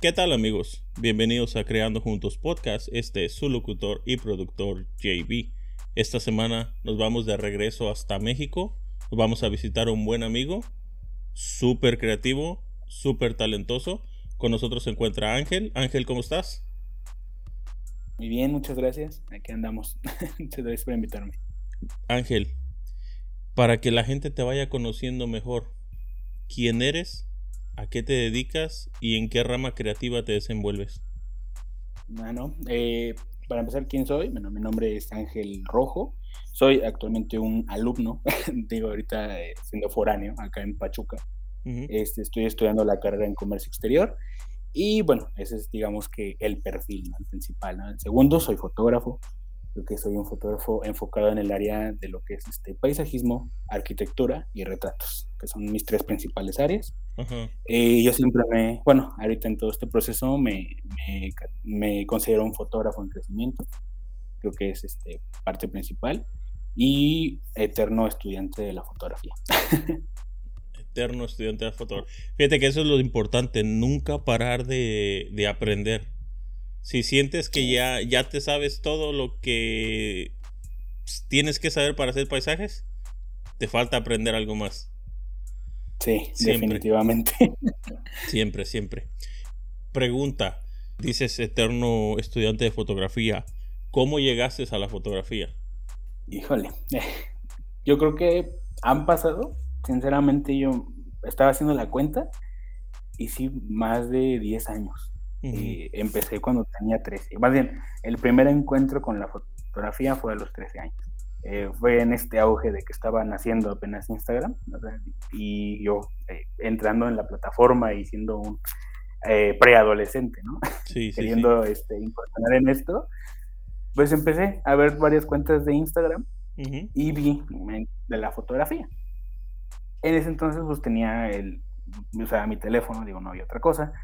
¿Qué tal, amigos? Bienvenidos a Creando Juntos Podcast. Este es su locutor y productor JB. Esta semana nos vamos de regreso hasta México. Nos vamos a visitar a un buen amigo, súper creativo, súper talentoso. Con nosotros se encuentra Ángel. Ángel, ¿cómo estás? Muy bien, muchas gracias. Aquí andamos. Muchas gracias por invitarme. Ángel, para que la gente te vaya conociendo mejor, ¿quién eres? ¿A qué te dedicas? ¿Y en qué rama creativa te desenvuelves? Bueno, para empezar, ¿quién soy? Bueno, mi nombre es Ángel Rojo. Soy actualmente un alumno, digo ahorita siendo foráneo acá en Pachuca. Ujú. Estoy estudiando la carrera en comercio exterior y bueno, ese es digamos que el perfil, ¿no? El principal, ¿no? El segundo, soy fotógrafo. Creo que soy un fotógrafo enfocado en el área de lo que es paisajismo, arquitectura y retratos, que son mis tres principales áreas. Ajá. Yo siempre bueno, ahorita en todo este proceso me considero un fotógrafo en crecimiento, creo que es parte principal y eterno estudiante de la fotografía. Eterno estudiante de fotografía. Fíjate que eso es lo importante, nunca parar de aprender. Si sientes que Es- ya te sabes todo lo que tienes que saber para hacer paisajes, te falta aprender algo más. sí, Siempre, definitivamente. siempre, siempre. Pregunta, dices eterno estudiante de fotografía, ¿cómo llegaste a la fotografía? Híjole, yo creo que han pasado, sinceramente yo estaba haciendo la cuenta y sí, más de 10 años. Ujú. Empecé cuando tenía 13. Más bien, el primer encuentro con la fotografía fue a los 13 años. Fue en este auge de que estaba naciendo apenas Instagram, ¿verdad? Y yo entrando en la plataforma y siendo un preadolescente, ¿no? Sí, sí, sí. Queriendo incursionar en esto, pues empecé a ver varias cuentas de Instagram Ujú. y vi de la fotografía. En ese entonces pues tenía o sea, mi teléfono, digo, no había otra cosa,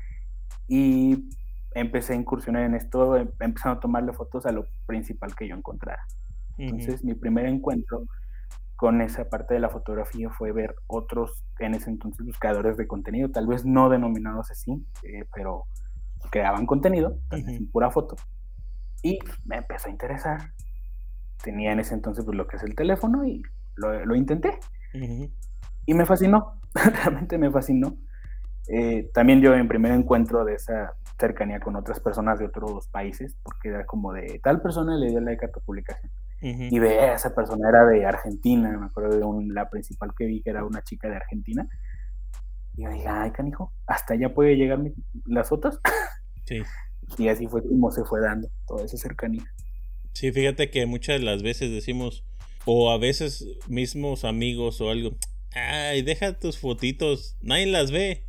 y empecé a incursionar en esto, empezando a tomarle fotos a lo principal que yo encontrara. Ujú. Entonces, mi primer encuentro con esa parte de la fotografía fue ver otros, en ese entonces, buscadores de contenido, tal vez no denominados así, pero creaban contenido, tal vez Ujú. sin pura foto, y me empezó a interesar. Tenía en ese entonces pues, lo que es el teléfono y lo intenté Ujú. y me fascinó, realmente me fascinó. También yo en primer encuentro de esa cercanía con otras personas de otros países, porque era como de tal persona le dio like a tu publicación. Ujú. Y de esa persona era de Argentina, me acuerdo de la principal que vi que era una chica de Argentina. Y yo dije, ay, canijo, hasta allá puede llegar las fotos. Sí. Y así fue como se fue dando toda esa cercanía. Sí, fíjate que muchas de las veces decimos, o a veces mismos amigos o algo, ay, deja tus fotitos, nadie las ve.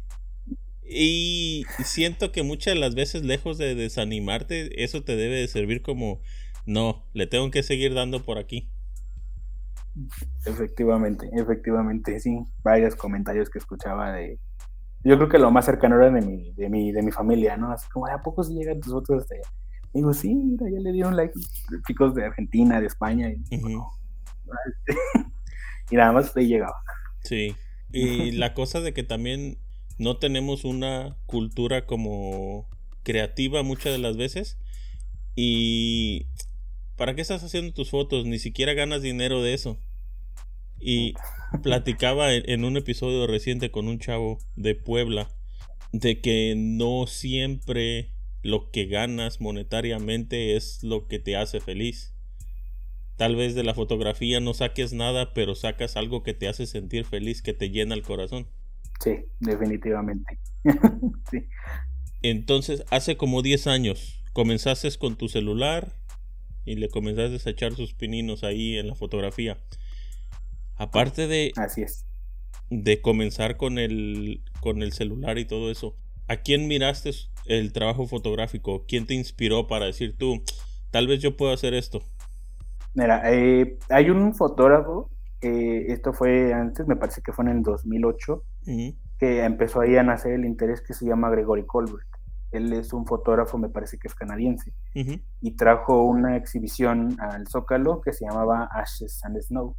Y siento que muchas de las veces, lejos de desanimarte, eso te debe de servir como, no, le tengo que seguir dando por aquí. Efectivamente, efectivamente, sí, varios comentarios que escuchaba de, yo creo que lo más cercano era de mi familia, ¿no? Así como, ¿a poco se llegan tus fotos hasta allá? Digo, sí, mira, ya le dieron like chicos de Argentina, de España, y digo, Ujú. no, y nada más ahí llegaba. Sí. Y la cosa de que también no tenemos una cultura como creativa muchas de las veces. Y ¿para qué estás haciendo tus fotos? Ni siquiera ganas dinero de eso. Y platicaba en un episodio reciente con un chavo de Puebla de que no siempre lo que ganas monetariamente es lo que te hace feliz. Tal vez de la fotografía no saques nada, pero sacas algo que te hace sentir feliz, que te llena el corazón. Sí, definitivamente. Sí. Entonces, hace como 10 años, comenzaste con tu celular y le comenzaste a echar sus pininos ahí en la fotografía. Aparte Así es. de comenzar con el celular y todo eso, ¿a quién miraste el trabajo fotográfico? ¿Quién te inspiró para decir tú, tal vez yo puedo hacer esto? Mira, hay un fotógrafo, esto fue antes, me parece que fue en el 2008, Ujú. que empezó ahí a nacer el interés que se llama Gregory Colbert. Él es un fotógrafo, me parece que es canadiense, Ujú. y trajo una exhibición al Zócalo que se llamaba Ashes and Snow.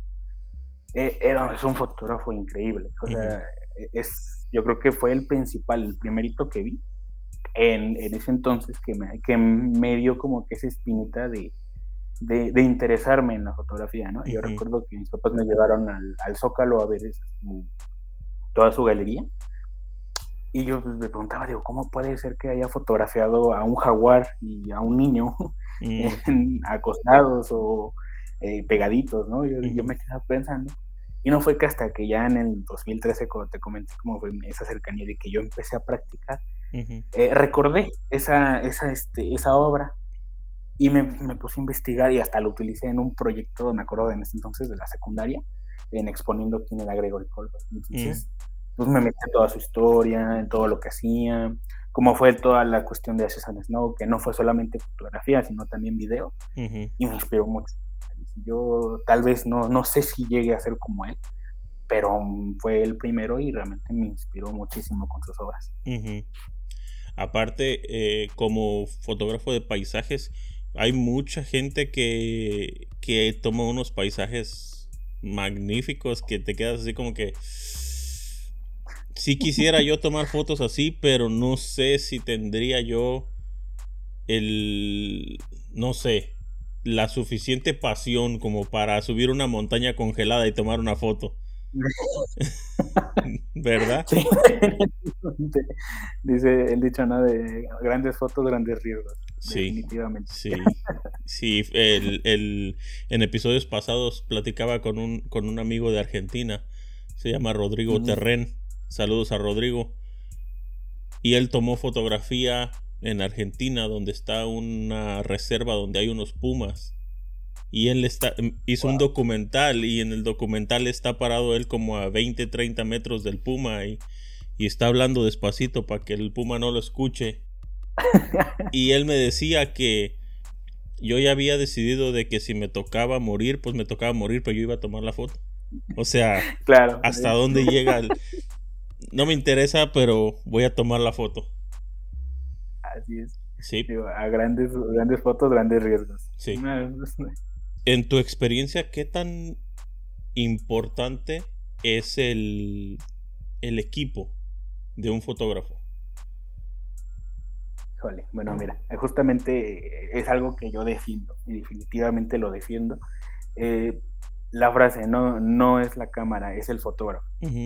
Es un fotógrafo increíble, o Ujú. sea, yo creo que fue el principal, el primerito que vi, en ese entonces que me dio como que esa espinita de interesarme en la fotografía, ¿no? Yo recuerdo que mis papás me llevaron al Zócalo a ver toda su galería. Y yo pues, me preguntaba, digo, ¿cómo puede ser que haya fotografiado a un jaguar y a un niño acostados o pegaditos, ¿no? Yo me quedaba pensando. Y no fue que hasta que ya en el 2013, cuando te comenté cómo fue esa cercanía de que yo empecé a practicar, recordé esa obra y me puse a investigar y hasta lo utilicé en un proyecto, me acuerdo en ese entonces de la secundaria, en exponiendo quién era Gregory Colbert. Entonces, pues me metí en toda su historia, en todo lo que hacía, cómo fue toda la cuestión de Susan Snow, que no fue solamente fotografía, sino también video, y me inspiró mucho. Yo tal vez no sé si llegue a ser como él, pero fue el primero y realmente me inspiró muchísimo con sus obras. Aparte, como fotógrafo de paisajes, hay mucha gente que toma unos paisajes magníficos que te quedas así como que sí quisiera yo tomar fotos así, pero no sé si tendría yo no sé, la suficiente pasión como para subir una montaña congelada y tomar una foto. ¿Verdad? Sí. Dice el dicho, ¿no? De grandes fotos, grandes riesgos. Sí, definitivamente. Sí, en episodios pasados platicaba con un amigo de Argentina, se llama Rodrigo Terren, saludos a Rodrigo, y él tomó fotografía en Argentina donde está una reserva donde hay unos pumas, y él hizo un documental, y en el documental está parado él como a 20-30 metros del puma y está hablando despacito para que el puma no lo escuche. Y él me decía que yo ya había decidido de que si me tocaba morir, pues me tocaba morir, pero yo iba a tomar la foto. O sea, claro, hasta dónde llega no me interesa, pero voy a tomar la foto. Así es. Sí. Digo, a grandes fotos, grandes riesgos. Sí. En tu experiencia, ¿qué tan importante es el equipo de un fotógrafo? Híjole, bueno, mira, justamente es algo que yo defiendo y definitivamente lo defiendo. La frase no es la cámara, es el fotógrafo.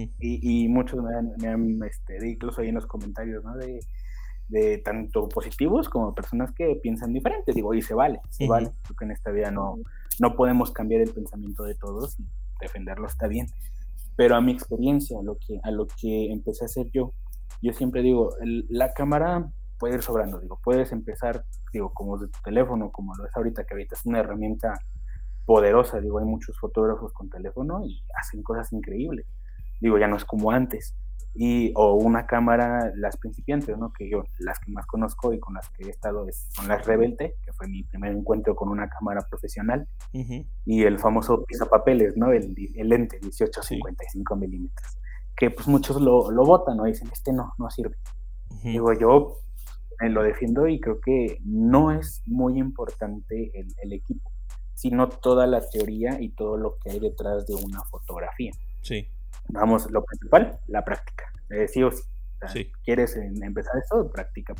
Y muchos me han incluso ahí en los comentarios, ¿no? De tanto positivos como personas que piensan diferente. Digo, y se vale. Creo que en esta vida no podemos cambiar el pensamiento de todos y defenderlo está bien. Pero a mi experiencia, a lo que empecé a hacer yo siempre digo, la cámara puede ir sobrando, digo, puedes empezar, digo, como de tu teléfono, como lo es ahorita, que ahorita es una herramienta poderosa, digo, hay muchos fotógrafos con teléfono y hacen cosas increíbles, digo, ya no es como antes, o una cámara, las principiantes, ¿no? Que yo, las que más conozco y con las que he estado son las Rebel T, que fue mi primer encuentro con una cámara profesional, y el famoso pisapapeles, ¿no? El lente 18-55 milímetros, que pues muchos lo botan, ¿no? Dicen, no sirve. Digo, yo lo defiendo y creo que no es muy importante el equipo, sino toda la teoría y todo lo que hay detrás de una fotografía. Sí. Vamos, lo principal, la práctica, sí o sí. O sea, sí. ¿Quieres empezar esto? Práctica.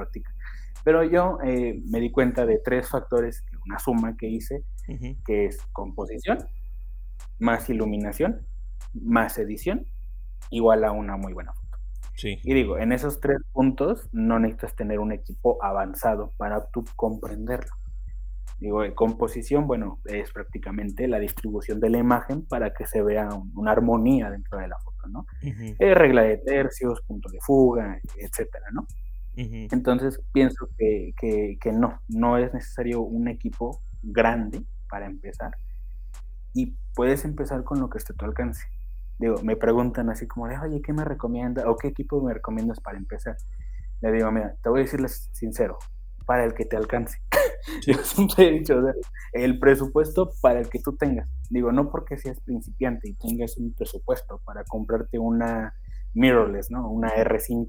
Pero yo me di cuenta de 3 factores, una suma que hice, que es composición, más iluminación, más edición, igual a una muy buena foto. Sí. Y digo, en esos 3 puntos no necesitas tener un equipo avanzado para tú comprenderlo. Digo, composición, bueno, es prácticamente la distribución de la imagen para que se vea una armonía dentro de la foto, ¿no? Regla de tercios, punto de fuga, etcétera, ¿no? Entonces pienso que no es necesario un equipo grande para empezar, y puedes empezar con lo que esté a tu alcance. Digo, me preguntan así como de, oye, ¿qué me recomienda? ¿O qué equipo me recomiendas para empezar? Le digo, mira, te voy a decirles sincero, para el que te alcance. Sí. Yo siempre he dicho, o sea, el presupuesto para el que tú tengas. Digo, no porque seas principiante y tengas un presupuesto para comprarte una mirrorless, ¿no? Una R5,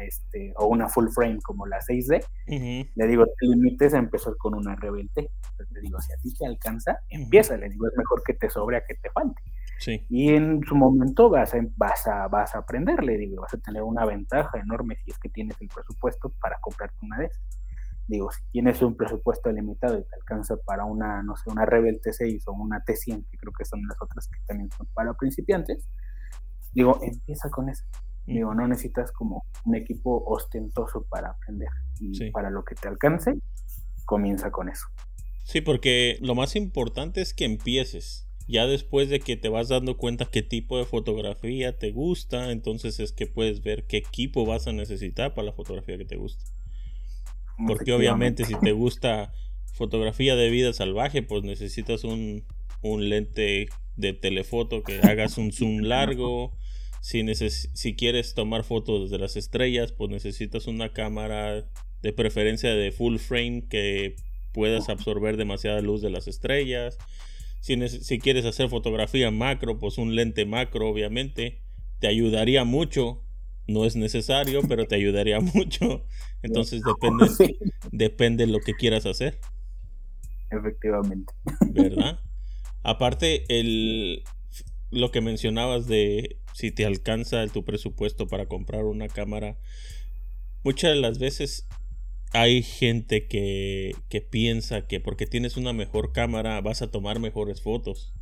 o una full frame como la 6D. Le digo, te limites a empezar con una Rebel T. Entonces le digo, si a ti te alcanza, empieza. Le digo, es mejor que te sobre a que te falte. Sí. Y en su momento vas a aprender, le digo, vas a tener una ventaja enorme si es que tienes el presupuesto para comprarte una de esas. Digo, si tienes un presupuesto limitado y te alcanza para una, no sé, una Rebel T6 o una T100, que creo que son las otras que también son para principiantes, digo, empieza con eso. Digo, no necesitas como un equipo ostentoso para aprender. Y Sí. para lo que te alcance, comienza con eso. Sí, porque lo más importante es que empieces. Ya después de que te vas dando cuenta qué tipo de fotografía te gusta, entonces es que puedes ver qué equipo vas a necesitar para la fotografía que te gusta. Porque obviamente si te gusta fotografía de vida salvaje, pues necesitas un lente de telefoto que hagas un zoom largo. Si quieres tomar fotos de las estrellas, pues necesitas una cámara de preferencia de full frame que puedas absorber demasiada luz de las estrellas. Si quieres hacer fotografía macro, pues un lente macro obviamente te ayudaría mucho. No es necesario, pero te ayudaría mucho. Entonces Sí, depende lo que quieras hacer, efectivamente. ¿verdad? Aparte, lo que mencionabas de si te alcanza tu presupuesto para comprar una cámara, muchas de las veces hay gente que piensa que porque tienes una mejor cámara vas a tomar mejores fotos.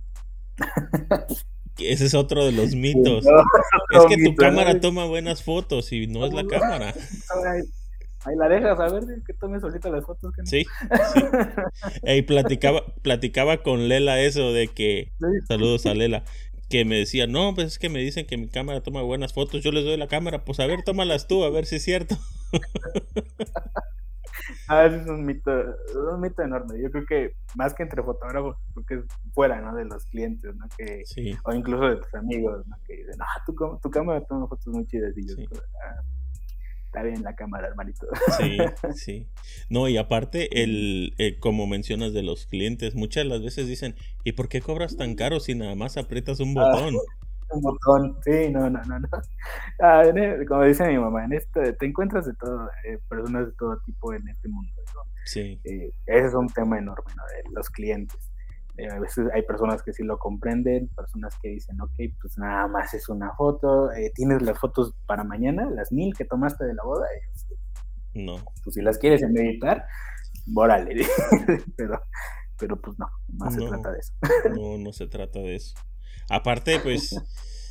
Ese es otro de los mitos. No, Es otro que tu mito, ¿no? cámara toma buenas fotos y no es la cámara. Ahí la dejas, a ver, que tome solita las fotos. Que no. Sí, sí. Y platicaba con Lela eso de que, saludos a Lela, que me decía, no, pues es que me dicen que mi cámara toma buenas fotos, yo les doy la cámara, pues a ver, tómalas tú, a ver si es cierto. Ese es un mito enorme. Yo creo que más que entre fotógrafos, creo que es fuera, ¿no? De los clientes, ¿no? Sí. O incluso de tus amigos, ¿no? Que dicen, tu cámara toma fotos muy chidas. Y yo, Sí. Está bien la cámara, hermanito. Sí, sí. No, y aparte, como mencionas de los clientes, muchas de las veces dicen, ¿y por qué cobras tan caro si nada más aprietas un botón? Un botón, sí, no. Como dice mi mamá, en esto te encuentras de todo, personas de todo tipo en este mundo, ¿no? Sí. Ese es un tema enorme, ¿no? De los clientes. A veces hay personas que sí lo comprenden, personas que dicen, ok, pues nada más es una foto, tienes las fotos para mañana, las 1000 que tomaste de la boda, No. pues si las quieres en editar, órale, pero pues no se trata de eso. No se trata de eso. Aparte, pues,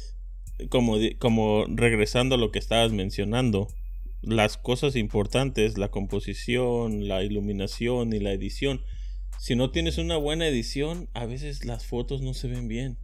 como regresando a lo que estabas mencionando, las cosas importantes, la composición, la iluminación y la edición. Si no tienes una buena edición, a veces las fotos no se ven bien.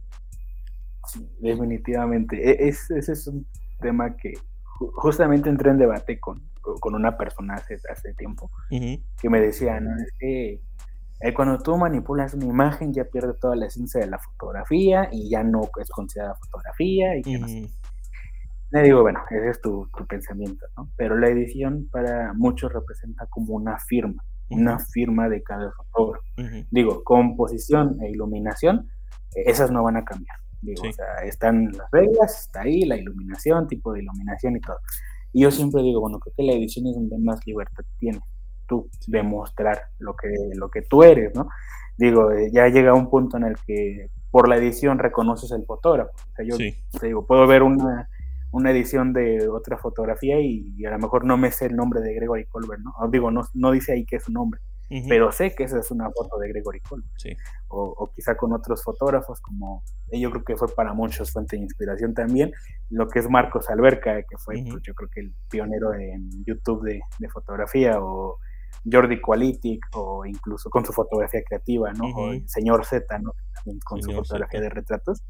Sí, definitivamente. Ese es un tema que justamente entré en debate con una persona hace tiempo, que me decía, no, es que cuando tú manipulas una imagen ya pierde toda la esencia de la fotografía y ya no es considerada fotografía y que no sé. Le digo, bueno, ese es tu pensamiento, ¿no? Pero la edición para muchos representa como una firma de cada fotógrafo. Digo, composición e iluminación, esas no van a cambiar. Digo, Sí. o sea, están las reglas, está ahí la iluminación, tipo de iluminación y todo. Y yo siempre digo, bueno, creo que la edición es donde más libertad tienes tú demostrar lo que tú eres, ¿no? Digo, ya llega un punto en el que por la edición reconoces el fotógrafo. O sea, yo te digo, puedo ver una edición de otra fotografía y a lo mejor no me sé el nombre de Gregory Colbert, ¿no? O digo, no dice ahí que es su nombre, pero sé que esa es una foto de Gregory Colbert. Sí. O quizá con otros fotógrafos, como yo creo que fue para muchos fuente de inspiración también, lo que es Marcos Alberca, que fue pues, yo creo que el pionero en YouTube de fotografía, o Jordi Qualitic, o incluso con su fotografía creativa, ¿no? O el señor Z, ¿no? También con su fotografía de retratos.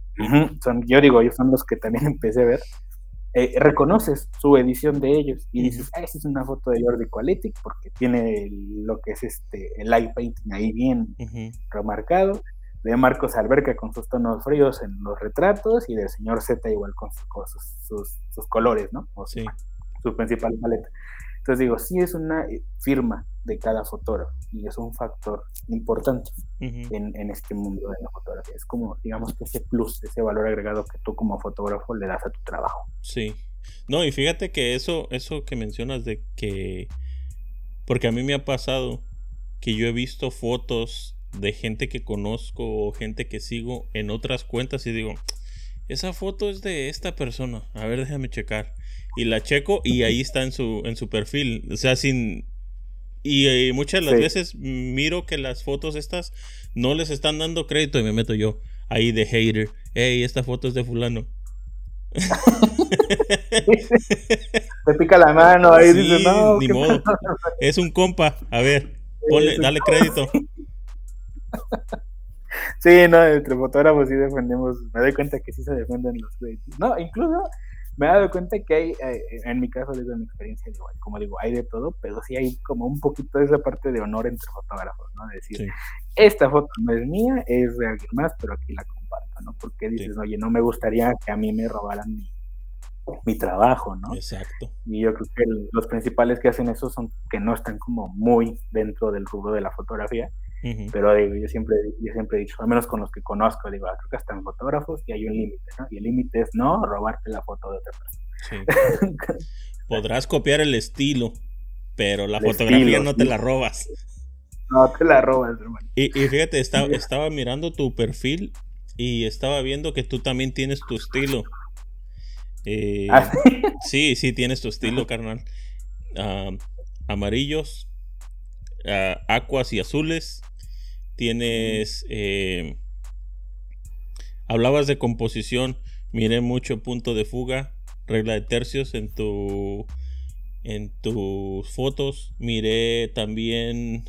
Yo digo, ellos son los que también empecé a ver. Reconoces su edición de ellos y dices, esa es una foto de Jordi Qualitic porque tiene lo que es el light painting ahí bien remarcado, de Marcos Alberca con sus tonos fríos en los retratos y del señor Z igual con sus colores, ¿no? O su principal paleta. Entonces digo, sí es una firma de cada fotógrafo y es un factor importante en este mundo de la fotografía. Es como, digamos, que ese plus, ese valor agregado que tú como fotógrafo le das a tu trabajo. Sí. No, y fíjate que eso que mencionas de que... Porque a mí me ha pasado que yo he visto fotos de gente que conozco o gente que sigo en otras cuentas y digo, esa foto es de esta persona, a ver, déjame checar. Y la checo y ahí está en su perfil, o sea, sin... Y muchas de las veces miro que las fotos estas no les están dando crédito y me meto yo ahí de hater. Hey, esta foto es de fulano. Te pica la mano ahí, sí, dices, no, ni modo. Es un compa. A ver, ponle, dale crédito. Sí, no, entre fotógrafos sí defendemos. Me doy cuenta que sí se defienden los créditos. No, incluso me he dado cuenta que hay, en mi caso, desde mi experiencia, igual, como digo, hay de todo, pero sí hay como un poquito de esa parte de honor entre fotógrafos, ¿no? De decir, esta foto no es mía, es de alguien más, pero aquí la comparto, ¿no? Porque dices, oye, no me gustaría que a mí me robaran mi trabajo, ¿no? Exacto. Y yo creo que los principales que hacen eso son que no están como muy dentro del rubro de la fotografía. Pero digo, yo siempre he dicho, al menos con los que conozco, digo, creo que hasta en fotógrafos y hay un límite, ¿no? Y el límite es no robarte la foto de otra persona. Sí. Podrás copiar el estilo, pero la fotografía no te la robas. No te la robas, hermano. Y fíjate, estaba mirando tu perfil y estaba viendo que tú también tienes tu estilo. Sí, tienes tu estilo, carnal. Amarillos, acuas y azules. Tienes hablabas de composición. Miré mucho punto de fuga, regla de tercios en tus fotos. Miré también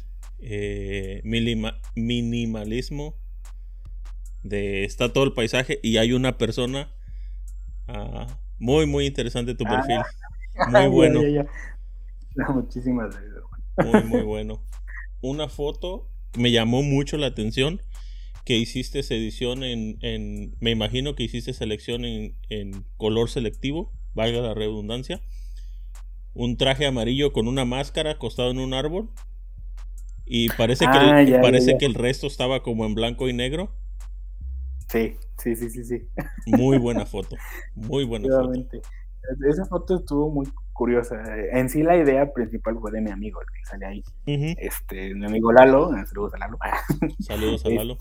minimalismo, está todo el paisaje y hay una persona. Muy muy interesante tu perfil. Muy bueno. Ya. No, muchísimas Muy gracias. muy bueno. Una foto me llamó mucho la atención, que hiciste edición me imagino que hiciste selección en color selectivo, valga la redundancia. Un traje amarillo con una máscara acostado en un árbol y parece que el resto estaba como en blanco y negro. Sí. Muy buena foto, muy buena foto. Esa foto estuvo muy curiosa. En sí la idea principal fue de mi amigo, el que sale ahí. Mi amigo Lalo, saludos a Lalo. Saludos a Lalo.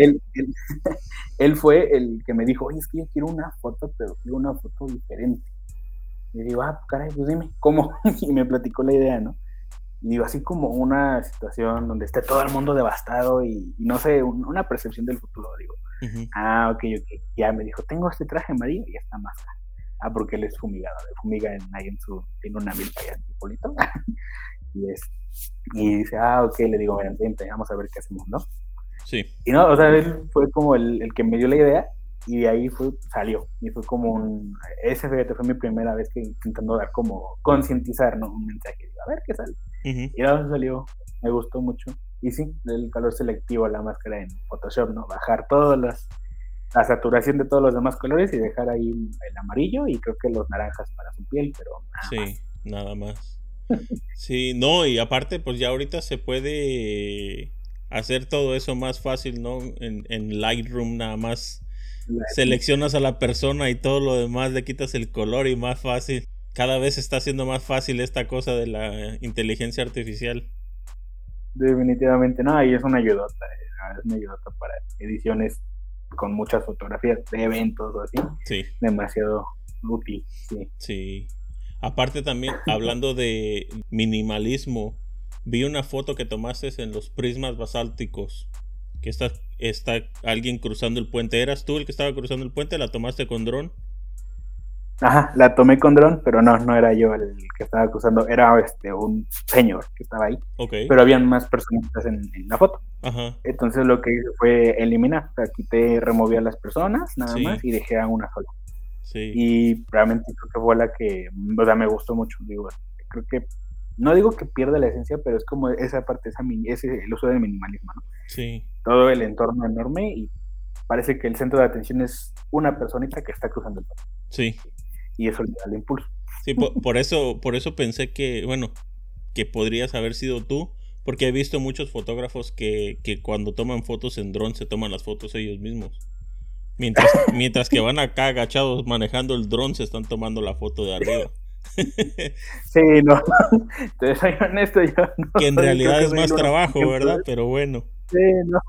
Él fue el que me dijo, oye, es que yo quiero una foto, pero quiero una foto diferente. Y digo, caray, pues dime, ¿cómo? Y me platicó la idea, ¿no? Y digo, así como una situación donde esté todo el mundo devastado y no sé, una percepción del futuro, digo. Ok. Ya me dijo, tengo este traje amarillo y esta máscara. Porque él es fumigador, fumiga tiene una milpa allá en su pueblito. y dice, ok, le digo, vente, vamos a ver qué hacemos, ¿no? Sí. Y no, o sea, él fue como el que me dio la idea y de ahí salió. Y fue como ese fue mi primera vez que intentando dar como concientizar, ¿no? Un mensaje, digo, a ver qué sale. Y ahora salió, me gustó mucho. Y sí, el color selectivo, la máscara en Photoshop, ¿no? Bajar la saturación de todos los demás colores y dejar ahí el amarillo y creo que los naranjas para su piel, pero nada más. Sí, no, y aparte pues ya ahorita se puede hacer todo eso más fácil, ¿no? En Lightroom nada más seleccionas a la persona y todo lo demás le quitas el color y más fácil. Cada vez está siendo más fácil esta cosa de la inteligencia artificial. Definitivamente, no, y es una ayudota para ediciones con muchas fotografías de eventos o así. Sí. Demasiado útil, sí. Aparte también, hablando de minimalismo, vi una foto que tomaste en los prismas basálticos, que está alguien cruzando el puente. ¿Eras tú el que estaba cruzando el puente? ¿La tomaste con dron? Ajá, la tomé con dron, pero no era yo el que estaba cruzando, era un señor que estaba ahí. Okay. Pero habían más personitas en la foto. Ajá. Entonces lo que hice fue eliminar, o sea, removí a las personas nada más y dejé a una sola. Sí. Y realmente creo que fue la que, o sea, me gustó mucho. Digo, creo que, no digo que pierda la esencia, pero es como esa parte, el uso del minimalismo, ¿no? Sí. Todo el entorno enorme y parece que el centro de atención es una personita que está cruzando el puente. Sí. Y eso le da el impulso. Sí, por eso pensé que, bueno, que podrías haber sido tú, porque he visto muchos fotógrafos que cuando toman fotos en dron se toman las fotos ellos mismos. Mientras que van acá agachados manejando el dron, se están tomando la foto de arriba. Sí, no. Te soy honesto, yo no. Que en realidad es más trabajo, ¿verdad? Pero bueno. Sí, no,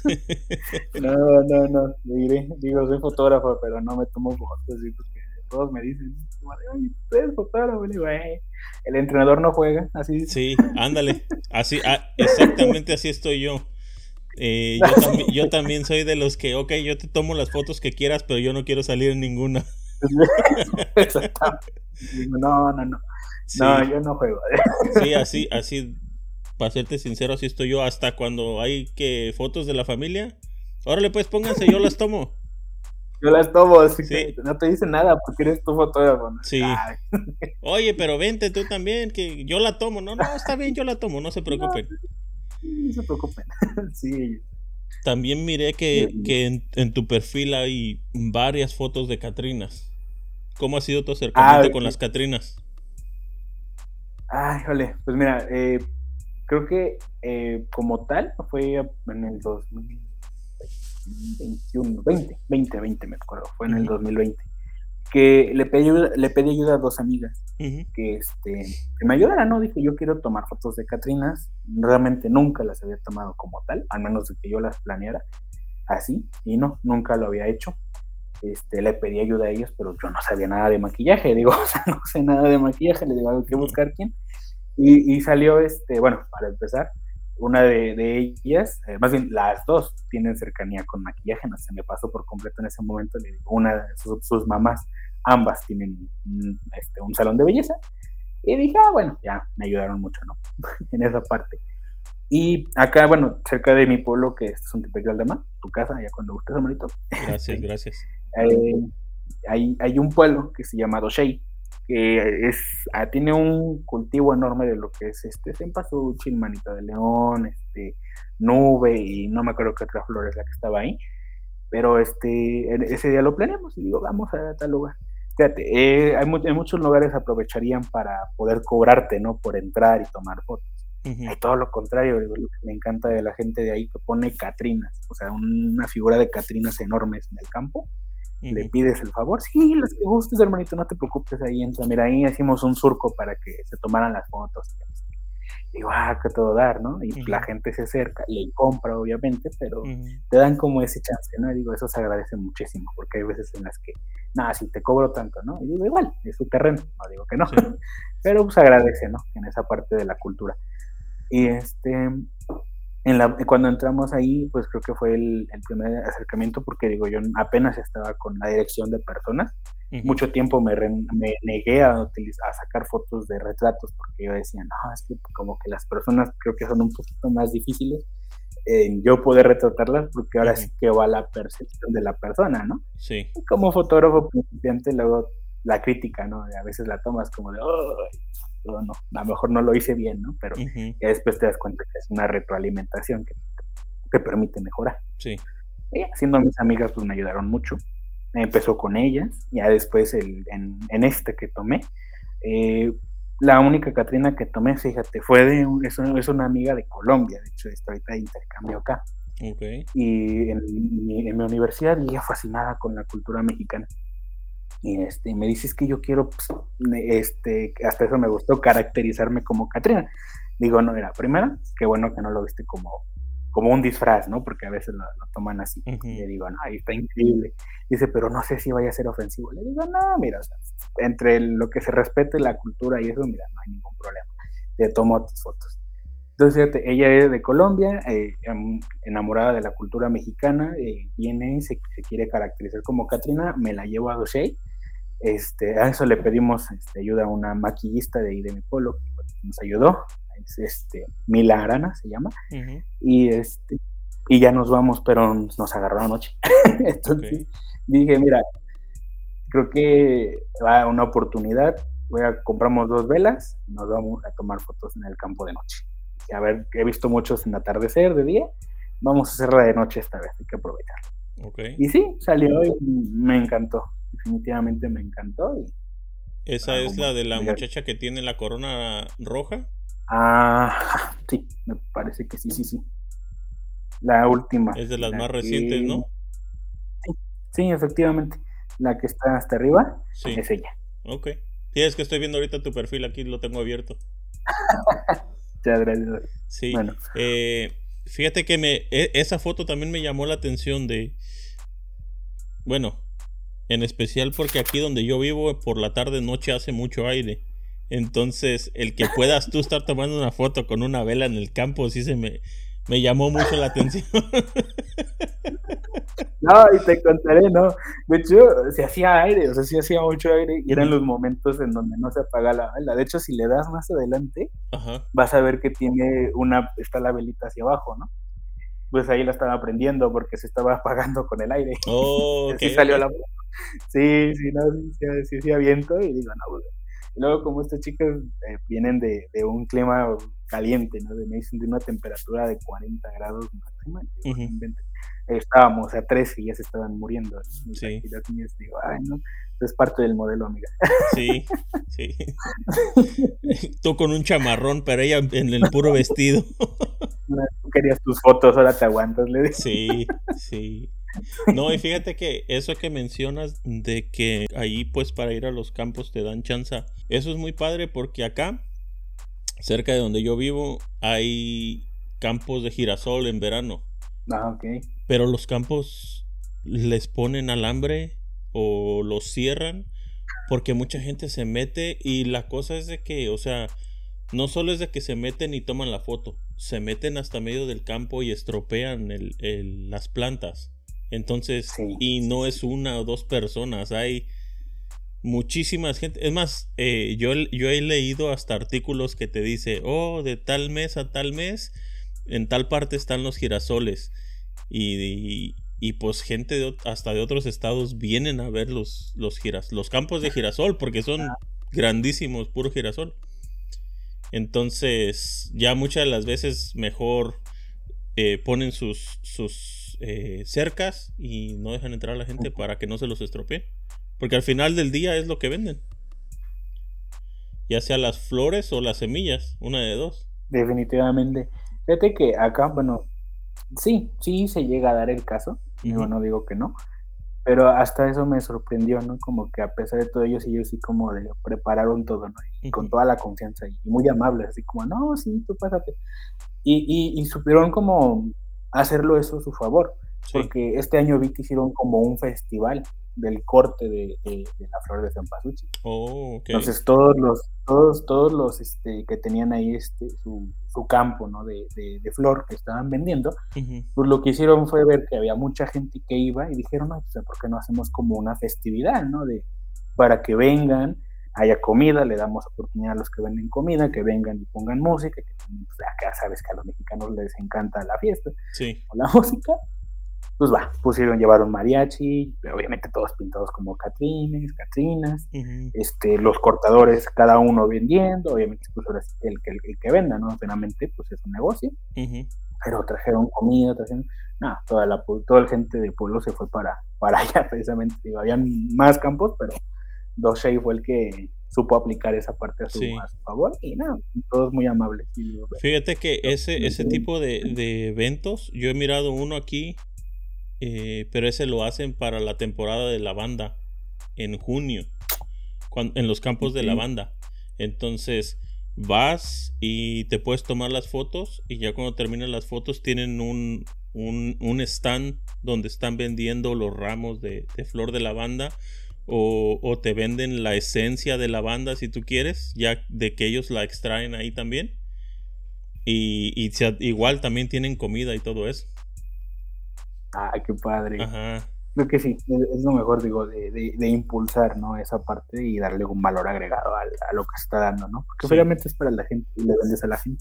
no, digo, soy fotógrafo, pero no me tomo fotos, y porque todos me dicen, oye, tú eres fotógrafo, y digo, el entrenador no juega, así dice. Sí, ándale. Así, exactamente así estoy yo. Yo también soy de los que, ok, yo te tomo las fotos que quieras, pero yo no quiero salir en ninguna. Exactamente. Digo, no, Sí, yo no juego. sí, así, para serte sincero, así estoy yo. Hasta cuando hay que fotos de la familia, órale, pues pónganse, yo las tomo. Yo las tomo, Sí, no te dicen nada porque eres tu fotógrafo, ¿no? sí. Ay, Oye, pero vente tú también, que yo la tomo. No, no, está bien, yo la tomo, no se no, preocupen. no se preocupen. Sí, También miré Dios que, mío. que en tu perfil hay varias fotos de Catrinas. ¿Cómo ha sido tu Ah, acercamiento con las ok. Catrinas? Ay, jole, pues mira, creo que como tal fue en el 2021, 2020 me acuerdo, fue en el Ujú, 2020, que le pedí ayuda a dos amigas ujú, que me ayudaran, ¿no? Dije, yo quiero tomar fotos de Catrinas, realmente nunca las había tomado como tal, al menos de que yo las planeara así, y no, nunca lo había hecho. Le pedí ayuda a ellos, pero yo no sabía nada de maquillaje, digo, o sea, no sé nada de maquillaje, le digo, hay que ujú, buscar quién. Y salió, bueno, para empezar, una de ellas, más bien las dos tienen cercanía con maquillaje, no se me pasó por completo en ese momento, le digo, una de sus mamás, ambas tienen un salón de belleza, y dije, bueno, ya me ayudaron mucho, ¿no? En esa parte. Y acá, bueno, cerca de mi pueblo, que es un Tepeyac de Aldama, tu casa, ya cuando gustes, Amarito, gracias, gracias. eh, hay un pueblo que se llama Doshei, que tiene un cultivo enorme de lo que es cempasúchil, manita de león, nube y no me acuerdo qué otra flor es la que estaba ahí, pero ese día lo planeamos y digo, vamos a tal lugar. Fíjate, en muchos lugares aprovecharían para poder cobrarte, ¿no? Por entrar y tomar fotos. Ujú, Hay todo lo contrario, digo, lo que me encanta de la gente de ahí que pone catrinas, o sea, una figura de catrinas enormes en el campo, le ujú, pides el favor, sí, los que gustes, hermanito, no te preocupes, ahí entra, mira, ahí hicimos un surco para que se tomaran las fotos. Digo, que todo dar, ¿no? Y la ujú, gente se acerca, le compra, obviamente, pero ujú, te dan como ese chance, ¿no? Y digo, eso se agradece muchísimo, porque hay veces en las que, nada, si te cobro tanto, ¿no? Y digo, igual, es su terreno, no digo que no, sí, pero pues agradece, ¿no? En esa parte de la cultura. Y cuando entramos ahí, pues creo que fue el primer acercamiento, porque digo, yo apenas estaba con la dirección de personas. ujú, Mucho tiempo me negué a sacar fotos de retratos, porque yo decía, no, es que como que las personas creo que son un poquito más difíciles en yo poder retratarlas, porque ahora ujú, sí que va la percepción de la persona, ¿no? sí, Y como fotógrafo principiante, luego la crítica, ¿no? A veces la tomas como de, oh, no, a lo mejor no lo hice bien, ¿no? Pero ujú, ya después te das cuenta que es una retroalimentación que te permite mejorar. sí, Y haciendo mis amigas, pues me ayudaron mucho. Empezó con ellas, ya después en que tomé, eh, la única Catrina que tomé, fíjate, es una amiga de Colombia, de hecho, está ahorita de intercambio acá. ok, Y en mi universidad, y ella fascinada con la cultura mexicana. Y me dices que yo quiero, pues, hasta eso me gustó, caracterizarme como Catrina. Digo, no, era primera, qué bueno que no lo viste como un disfraz, ¿no? Porque a veces lo toman así. Y le ujú, digo, no, ahí está increíble. Dice, pero no sé si vaya a ser ofensivo. Le digo, no, mira, o sea, entre lo que se respete la cultura y eso, mira, no hay ningún problema. Te tomo tus fotos. Entonces, fíjate, ella es de Colombia, enamorada de la cultura mexicana, viene, se quiere caracterizar como Catrina, me la llevo a Doshei. A eso le pedimos ayuda a una maquillista de ahí de mi pueblo, que pues, nos ayudó, es Mila Arana se llama, ujú, y y ya nos vamos, pero nos agarró anoche. ok, Entonces dije, mira, creo que va una oportunidad, compramos dos velas, nos vamos a tomar fotos en el campo de noche. Y a ver, he visto muchos en atardecer de día, vamos a hacerla de noche esta vez, hay que aprovechar. ok. Y sí, salió y me encantó, definitivamente me encantó y Esa algo es la muy, de la muy grande. muchacha que tiene la corona roja. Sí, me parece que sí, sí, sí. La última, Es de las la más recientes, que... ¿no? Sí, sí, efectivamente. La que está hasta arriba Sí, es ella. ok. Sí, es que estoy viendo ahorita tu perfil, aquí lo tengo abierto. Muchas gracias. Sí, Bueno, Fíjate que esa foto también me llamó la atención bueno, en especial porque aquí donde yo vivo por la tarde noche hace mucho aire. Entonces, el que puedas tú estar tomando una foto con una vela en el campo sí me llamó mucho la atención. No, y te contaré, ¿no? De hecho, se hacía aire, o sea, sí hacía mucho aire y eran los momentos en donde no se apaga la vela. De hecho, si le das más adelante, vas a ver que está la velita hacia abajo, ¿no? Pues ahí la estaba prendiendo porque se estaba apagando con el aire. Oh, así salió la... Sí, no, sí hacía viento y digo, no, pues. Y luego como estos chicos vienen de un clima caliente, ¿no? Me dicen de una temperatura de 40 grados máxima. Estábamos a 13 y ya se estaban muriendo. Sí. Y los niños digo, ay, no, es parte del modelo, amiga. Sí. Tú con un chamarrón, pero ella en el puro vestido. Tú querías tus fotos, ahora te aguantas, le dije. Sí. No, y fíjate que eso que mencionas de que ahí pues para ir a los campos te dan chance, eso es muy padre porque acá, cerca de donde yo vivo, hay campos de girasol en verano. Ah, ok. Pero los campos les ponen alambre o los cierran porque mucha gente se mete y la cosa es de que, o sea, no solo es de que se meten y toman la foto, se meten hasta medio del campo y estropean las plantas. Entonces, sí. Y no es una o dos personas, hay muchísimas gente. Es más, yo he leído hasta artículos que te dice, de tal mes a tal mes, en tal parte están los girasoles. Y pues gente hasta de otros estados vienen a ver los campos de girasol porque son grandísimos, puro girasol. Entonces ya muchas de las veces mejor ponen sus cercas y no dejan entrar a la gente para que no se los estropee, porque al final del día es lo que venden, ya sea las flores o las semillas, una de dos. Definitivamente. Fíjate que acá, bueno, sí se llega a dar el caso, no digo que no, pero hasta eso me sorprendió, ¿no? Como que a pesar de todo ellos sí como de prepararon todo, ¿no? Y con toda la confianza y muy amables, así como, no, sí, tú pásate. Y supieron como hacerlo eso a su favor, porque este año vi que hicieron como un festival del corte de la flor de cempasúchil. Okay. Entonces todos los que tenían ahí su campo, ¿no? de flor que estaban vendiendo, pues lo que hicieron fue ver que había mucha gente que iba y dijeron, no, pues, ¿por qué no hacemos como una festividad, ¿no? Para que vengan, haya comida, le damos oportunidad a los que venden comida, que vengan y pongan música, que pues, acá sabes que a los mexicanos les encanta la fiesta o la música. Pues llevaron mariachi, obviamente todos pintados como Catrinas, los cortadores, cada uno vendiendo, obviamente pues ahora sí el que venda, ¿no? Finalmente pues es un negocio, pero trajeron comida, toda la gente del pueblo se fue para allá precisamente, habían más campos, pero Doshey fue el que supo aplicar esa parte a su favor y todos muy amables. Fíjate que ese tipo de eventos, yo he mirado uno aquí, pero ese lo hacen para la temporada de lavanda en junio, en los campos de lavanda. Entonces vas y te puedes tomar las fotos y ya cuando terminan las fotos tienen un stand donde están vendiendo los ramos de flor de lavanda o te venden la esencia de lavanda si tú quieres, ya de que ellos la extraen ahí también y igual también tienen comida y todo eso. Qué padre. Ajá. Creo que sí, es lo mejor, digo, de impulsar, ¿no? Esa parte y darle un valor agregado a lo que se está dando, ¿no? Porque obviamente es para la gente y le vendes a la gente.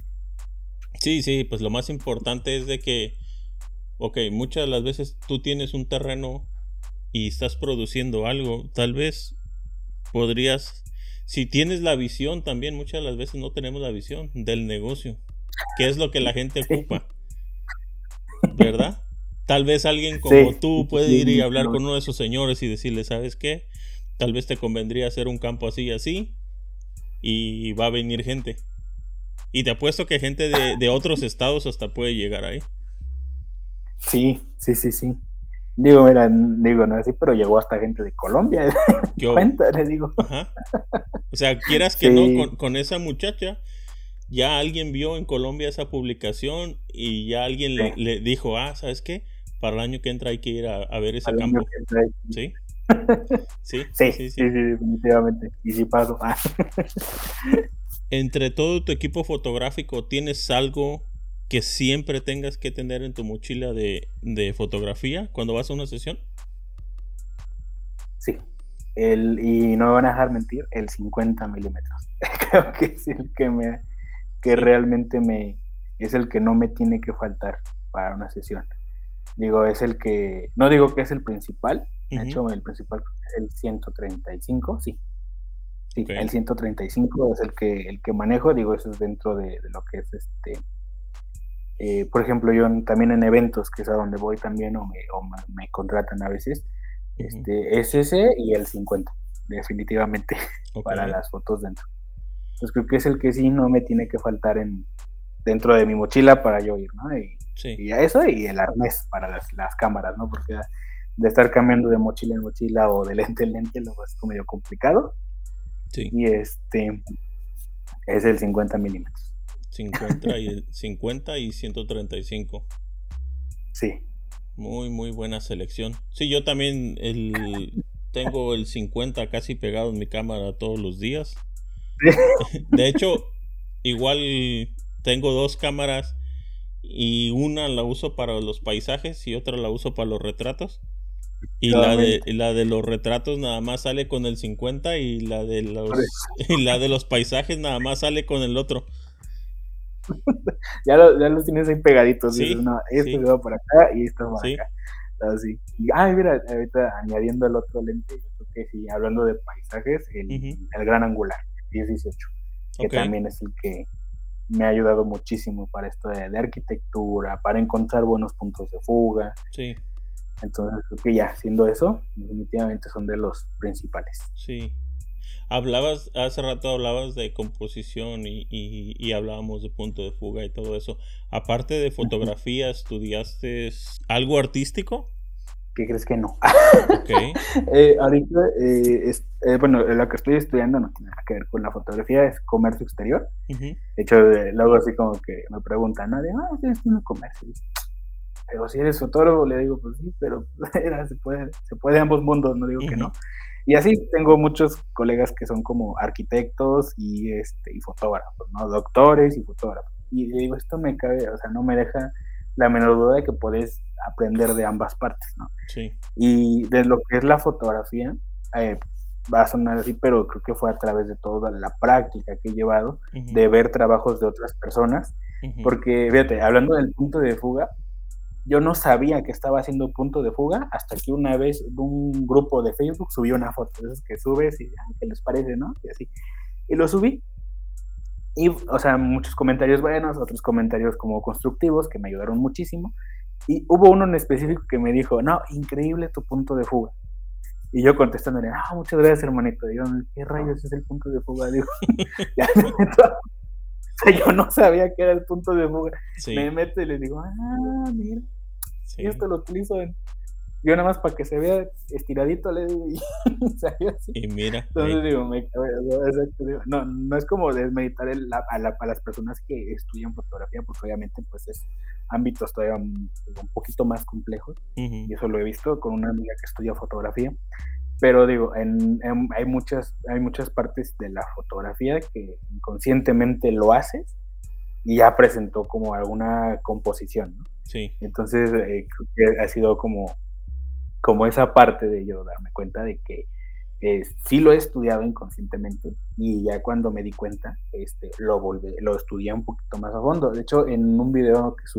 Sí, pues lo más importante es de que, muchas de las veces tú tienes un terreno y estás produciendo algo, tal vez podrías, si tienes la visión también, muchas de las veces no tenemos la visión del negocio, que es lo que la gente ocupa, ¿verdad? Tal vez alguien como tú puede ir y hablar con uno de esos señores y decirle, ¿sabes qué? Tal vez te convendría hacer un campo así y así y va a venir gente. Y te apuesto que gente de otros estados hasta puede llegar ahí. Sí. Digo, no así, pero llegó hasta gente de Colombia. Cuenta, le digo. Ajá. O sea, quieras que no, con esa muchacha, ya alguien vio en Colombia esa publicación y ya alguien Sí, le dijo, ¿sabes qué? Para el año que entra hay que ir a ver ese al año campo. que trae. ¿Sí? Sí, sí, Sí, sí, sí, sí. sí, definitivamente. Y sí paso. Entre todo tu equipo fotográfico, ¿tienes algo que siempre tengas que tener en tu mochila de fotografía cuando vas a una sesión? Sí. Y no me van a dejar mentir, el 50 milímetros. Creo que es el que Sí. realmente es el que no me tiene que faltar para una sesión. Digo, es el que, no digo que es el principal, de Ujú. hecho el principal es el 135, sí, sí, Ok. el 135 es el que manejo, digo, eso es dentro de lo que es por ejemplo, yo también en eventos, que es a donde voy también, o me contratan a veces, Ujú. es ese y el 50, definitivamente, Ok. para las fotos dentro. Entonces creo que es el que sí no me tiene que faltar dentro de mi mochila para yo ir, ¿no? Sí, Y a eso y el arnés para las cámaras, ¿no? Porque de estar cambiando de mochila en mochila o de lente en lente, luego es como medio complicado. sí. Y es el 50 milímetros. 50 y 135. Sí. Muy, muy buena selección. Sí, yo también tengo el 50 casi pegado en mi cámara todos los días. De hecho, igual tengo dos cámaras y una la uso para los paisajes y otra la uso para los retratos. Y Nuevamente. la de los retratos nada más sale con el 50 y Por eso. y la de los paisajes nada más sale con el otro. Ya los tienes ahí pegaditos. Dices, Sí, no, este se sí, va para acá y esto para sí. acá. Así. Mira, ahorita añadiendo el otro lente, yo creo que sí, hablando de paisajes, Ujú. el gran angular, el 10-18, que Ok, también es el que me ha ayudado muchísimo para esto de arquitectura, para encontrar buenos puntos de fuga. sí, Entonces, creo que ya, siendo eso, definitivamente son de los principales. sí. Hace rato hablabas de composición y hablábamos de punto de fuga y todo eso. Aparte de Ujú. fotografía, ¿estudiaste algo artístico? ¿Qué crees que no? Ok. Ahorita, bueno, lo que estoy estudiando no tiene nada que ver con la fotografía, es comercio exterior. Ujú. De hecho, luego así como que me preguntan, ¿no? Estoy estudiando comercio. Pero si eres fotógrafo, le digo, pues sí, pero se puede ambos mundos, no digo que Ujú. no. Y así tengo muchos colegas que son como arquitectos y fotógrafos, ¿no? Doctores y fotógrafos. Y digo, esto me cabe, o sea, no me deja la menor duda de que puedes aprender de ambas partes, ¿no? Sí. Y de lo que es la fotografía, eh, va a sonar así, pero creo que fue a través de toda la práctica que he llevado, Ujú. de ver trabajos de otras personas, Ujú. porque fíjate, hablando del punto de fuga, yo no sabía que estaba haciendo punto de fuga hasta que una vez un grupo de Facebook subió una foto de esas que subes y, ¿qué les parece, no? Y así. Y lo subí y, o sea, muchos comentarios buenos, otros comentarios como constructivos que me ayudaron muchísimo. Y hubo uno en específico que me dijo, no, increíble tu punto de fuga. Y yo contestándole, muchas gracias, hermanito. Y yo, ¿qué rayos es el punto de fuga? Digo, ya me meto, o sea, yo no sabía que era el punto de fuga. Me Sí, meto y le digo, mira, y sí. esto lo utilizo yo nada más para que se vea estiradito, le digo, y salió así. Y mira, Entonces digo, exacto, digo, no, no es como desmeditar a las personas que estudian fotografía, porque obviamente pues es ámbitos todavía un poquito más complejos, ujú. y eso lo he visto con una amiga que estudia fotografía, pero digo, hay muchas partes de la fotografía que inconscientemente lo haces y ya presentó como alguna composición, ¿no? Sí, Entonces, creo que ha sido como esa parte de yo darme cuenta de que sí lo he estudiado inconscientemente y ya cuando me di cuenta, lo estudié un poquito más a fondo. De hecho, en un video que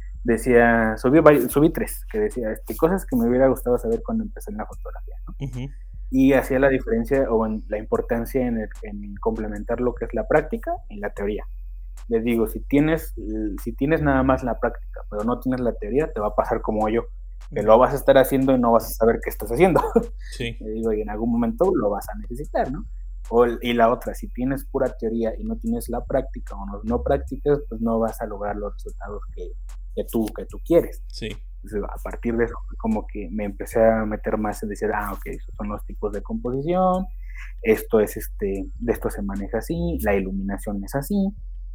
subí tres, que decía cosas que me hubiera gustado saber cuando empecé en la fotografía, ¿no? ujú. Y hacía la diferencia o en la importancia en complementar lo que es la práctica y la teoría. Les digo, si tienes nada más la práctica, pero no tienes la teoría, te va a pasar como yo, que lo Ujú. vas a estar haciendo y no vas a saber qué estás haciendo. Sí, Le digo, y en algún momento lo vas a necesitar, ¿no? Y la otra, si tienes pura teoría y no tienes la práctica o no practicas, pues no vas a lograr los resultados que tú quieres. sí, Entonces, a partir de eso, como que me empecé a meter más en decir, ok, esos son los tipos de composición, esto es de esto se maneja así, la iluminación es así,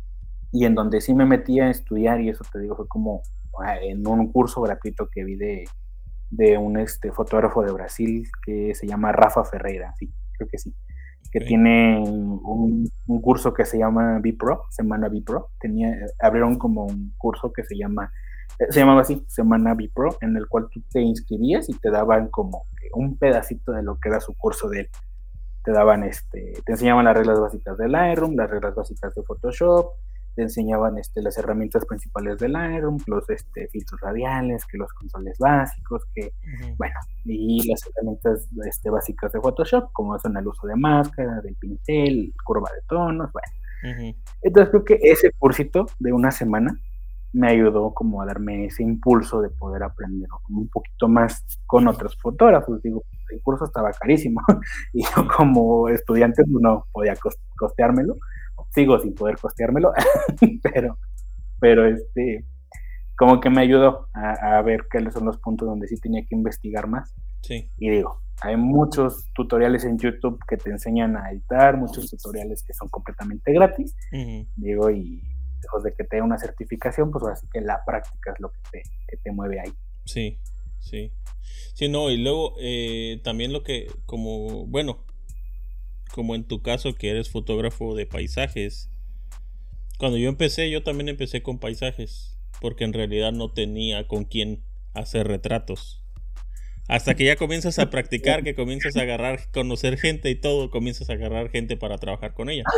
y en donde sí me metí a estudiar, y eso te digo, fue como en un curso gratuito que vi de un fotógrafo de Brasil que se llama Rafa Ferreira, sí, creo que sí, que Ok. tiene un curso que se llama B-Pro, Semana B-Pro. Abrieron como un curso que se llamaba así, Semana B-Pro, en el cual tú te inscribías y te daban como que un pedacito de lo que era su curso de él. Te daban, te enseñaban las reglas básicas del Lightroom, las reglas básicas de Photoshop, te enseñaban las herramientas principales del Lightroom, los filtros radiales, que los controles básicos, que, Ujú. bueno, y las herramientas básicas de Photoshop, como son el uso de máscara, del pincel, curva de tonos, bueno. Ujú. Entonces creo que ese cursito de una semana me ayudó como a darme ese impulso de poder aprender un poquito más con otros fotógrafos. Digo, el curso estaba carísimo y yo Sí. como estudiante pues, no podía costeármelo. Sigo sin poder costeármelo, pero, pero como que me ayudó a ver cuáles son los puntos donde sí tenía que investigar más. Sí. Y digo, hay muchos tutoriales en YouTube que te enseñan a editar, muchos tutoriales que son completamente gratis. Ujú. Digo, y lejos de que te dé una certificación, pues así que la práctica es lo que te mueve ahí. Sí. Sí. Sí, no, y luego también lo que, como, bueno, como en tu caso que eres fotógrafo de paisajes, cuando yo empecé, yo también empecé con paisajes, porque en realidad no tenía con quién hacer retratos. Hasta que ya comienzas a practicar, que comienzas a agarrar, conocer gente y todo, comienzas a agarrar gente para trabajar con ella.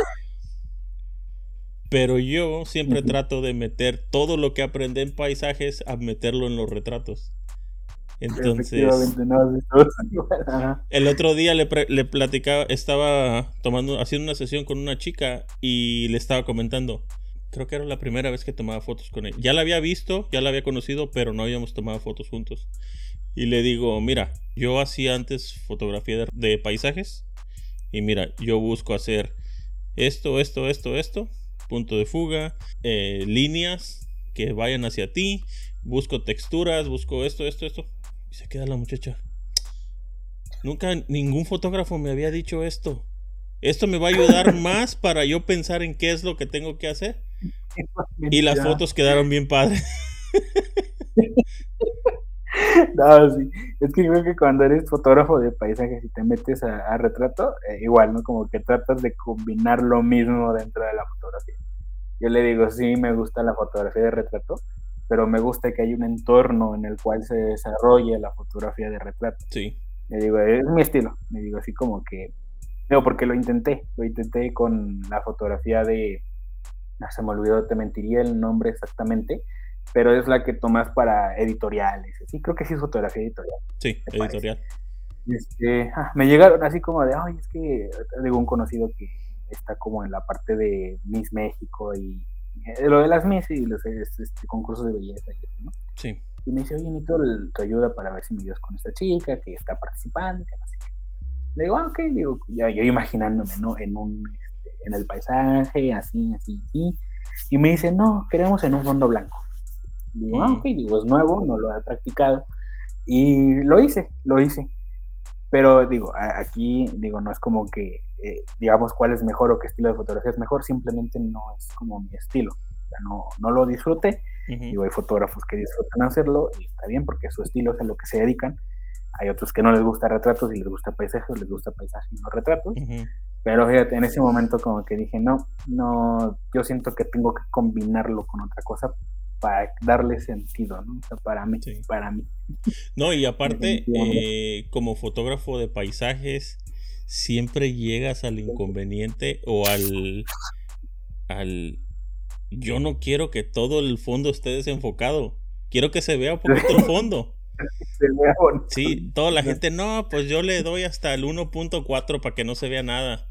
Pero yo siempre Ujú. trato de meter todo lo que aprendí en paisajes a meterlo en los retratos. Entonces, Efectivamente, no, sí, todo igual, ajá. el otro día le platicaba, estaba haciendo una sesión con una chica y le estaba comentando. Creo que era la primera vez que tomaba fotos con ella. Ya la había visto, ya la había conocido, pero no habíamos tomado fotos juntos. Y le digo, mira, yo hacía antes fotografía de paisajes. Y mira, yo busco hacer esto, punto de fuga, líneas que vayan hacia ti, busco texturas, busco esto. Y se queda la muchacha. Nunca ningún fotógrafo me había dicho esto. Esto me va a ayudar más para yo pensar en qué es lo que tengo que hacer. Y las Ya. fotos quedaron bien padres. No, sí. Es que creo que cuando eres fotógrafo de paisajes y te metes a retrato, igual, ¿no? Como que tratas de combinar lo mismo dentro de la fotografía. Yo le digo, sí, me gusta la fotografía de retrato, pero me gusta que haya un entorno en el cual se desarrolle la fotografía de retrato. Sí. Le digo, es mi estilo. Le digo, así como que, digo, porque lo intenté con la fotografía se me olvidó, te mentiría el nombre exactamente, pero es la que tomas para editoriales. Sí, creo que sí es fotografía editorial, Sí, me parece. editorial. Me llegaron así como de, ay, es que digo un conocido que está como en la parte de Miss México y lo de las Miss y los concursos de belleza y eso, ¿no? Sí. Y me dice, oye, necesito tu ayuda para ver si me ayudas con esta chica que está participando, que no sé qué. Le digo, ok, digo, ya yo imaginándome, ¿no? En el paisaje, así, así, así. Y me dice, no, queremos en un fondo blanco. Digo, ok, digo, es nuevo, no lo he practicado. Y lo hice. Pero digo, aquí, digo, no es como que, digamos, cuál es mejor o qué estilo de fotografía es mejor, simplemente no es como mi estilo. O sea, no lo disfruté. Ujú. Digo, hay fotógrafos que disfrutan hacerlo y está bien porque su estilo es a lo que se dedican. Hay otros que no les gusta retratos y les gusta paisajes, les gusta paisajes y no retratos. Ujú. Pero fíjate, en ese momento como que dije, no, yo siento que tengo que combinarlo con otra cosa para darle sentido, ¿no? O sea, Sí. para mí, No, y aparte, definitivamente. como fotógrafo de paisajes, siempre llegas al inconveniente o al... Yo no quiero que todo el fondo esté desenfocado. Quiero que se vea un poquito el fondo. Se vea bonito. Sí, toda la gente, no, pues yo le doy hasta el 1.4 para que no se vea nada.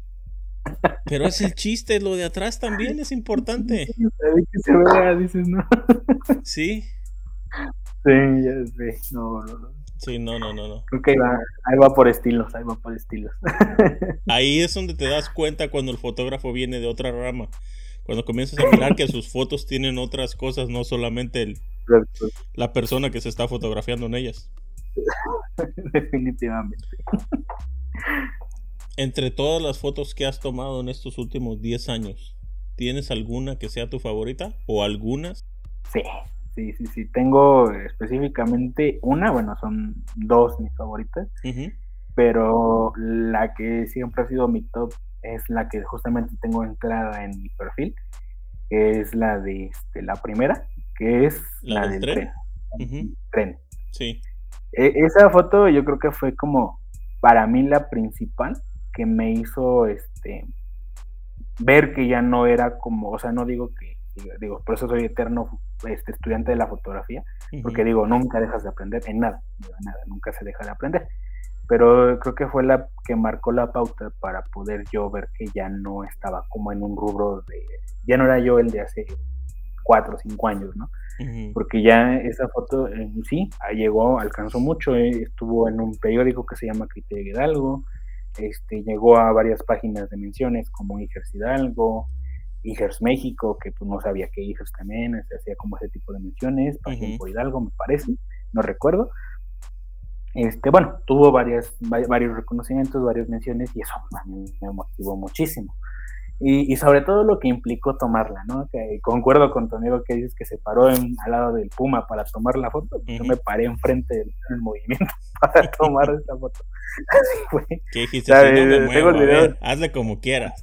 Pero es el chiste, lo de atrás también es importante. Ahí que se vea, dices, no. Sí, Sí, ya sé. No. sí, no. Creo que ahí va por estilos, ahí va por estilos. Ahí es donde te das cuenta cuando el fotógrafo viene de otra rama. Cuando comienzas a mirar que sus fotos tienen otras cosas, no solamente la persona que se está fotografiando en ellas. Definitivamente. Entre todas las fotos que has tomado en estos últimos 10 años, ¿tienes alguna que sea tu favorita o algunas? Sí, sí. Tengo específicamente una, bueno, son dos mis favoritas, Ujú. pero la que siempre ha sido mi top es la que justamente tengo entrada en mi perfil, que es la de la primera, que es ¿La la del del tren? tren. Ujú. Tren. Sí. Esa foto yo creo que fue como para mí la principal que me hizo ver que ya no era como, o sea, no digo que, digo, por eso soy eterno estudiante de la fotografía, porque Ujú. digo, nunca dejas de aprender en nada, nunca se deja de aprender. Pero creo que fue la que marcó la pauta para poder yo ver que ya no estaba como en un rubro de, ya no era yo el de hace 4 o 5 años, ¿no? Ujú. Porque ya esa foto sí llegó, alcanzó mucho, estuvo en un periódico que se llama Criterio Hidalgo, llegó a varias páginas de menciones como Igers Hidalgo, Igers México, que pues no sabía que Igers también hacía como ese tipo de menciones, Pasión Ujú. por Hidalgo me parece, no recuerdo. Bueno, tuvo varios reconocimientos, varias menciones y eso a mí me motivó muchísimo. Y sobre todo lo que implicó tomarla, ¿no? Que concuerdo con tu amigo que dices que se paró al lado del Puma para tomar la foto. Yo me Ujú. paré enfrente del movimiento para tomar esta foto. Así fue. ¿Qué dijiste? Si no me ¿Sabes? Tengo muevo, el a video. ver, hazle como quieras.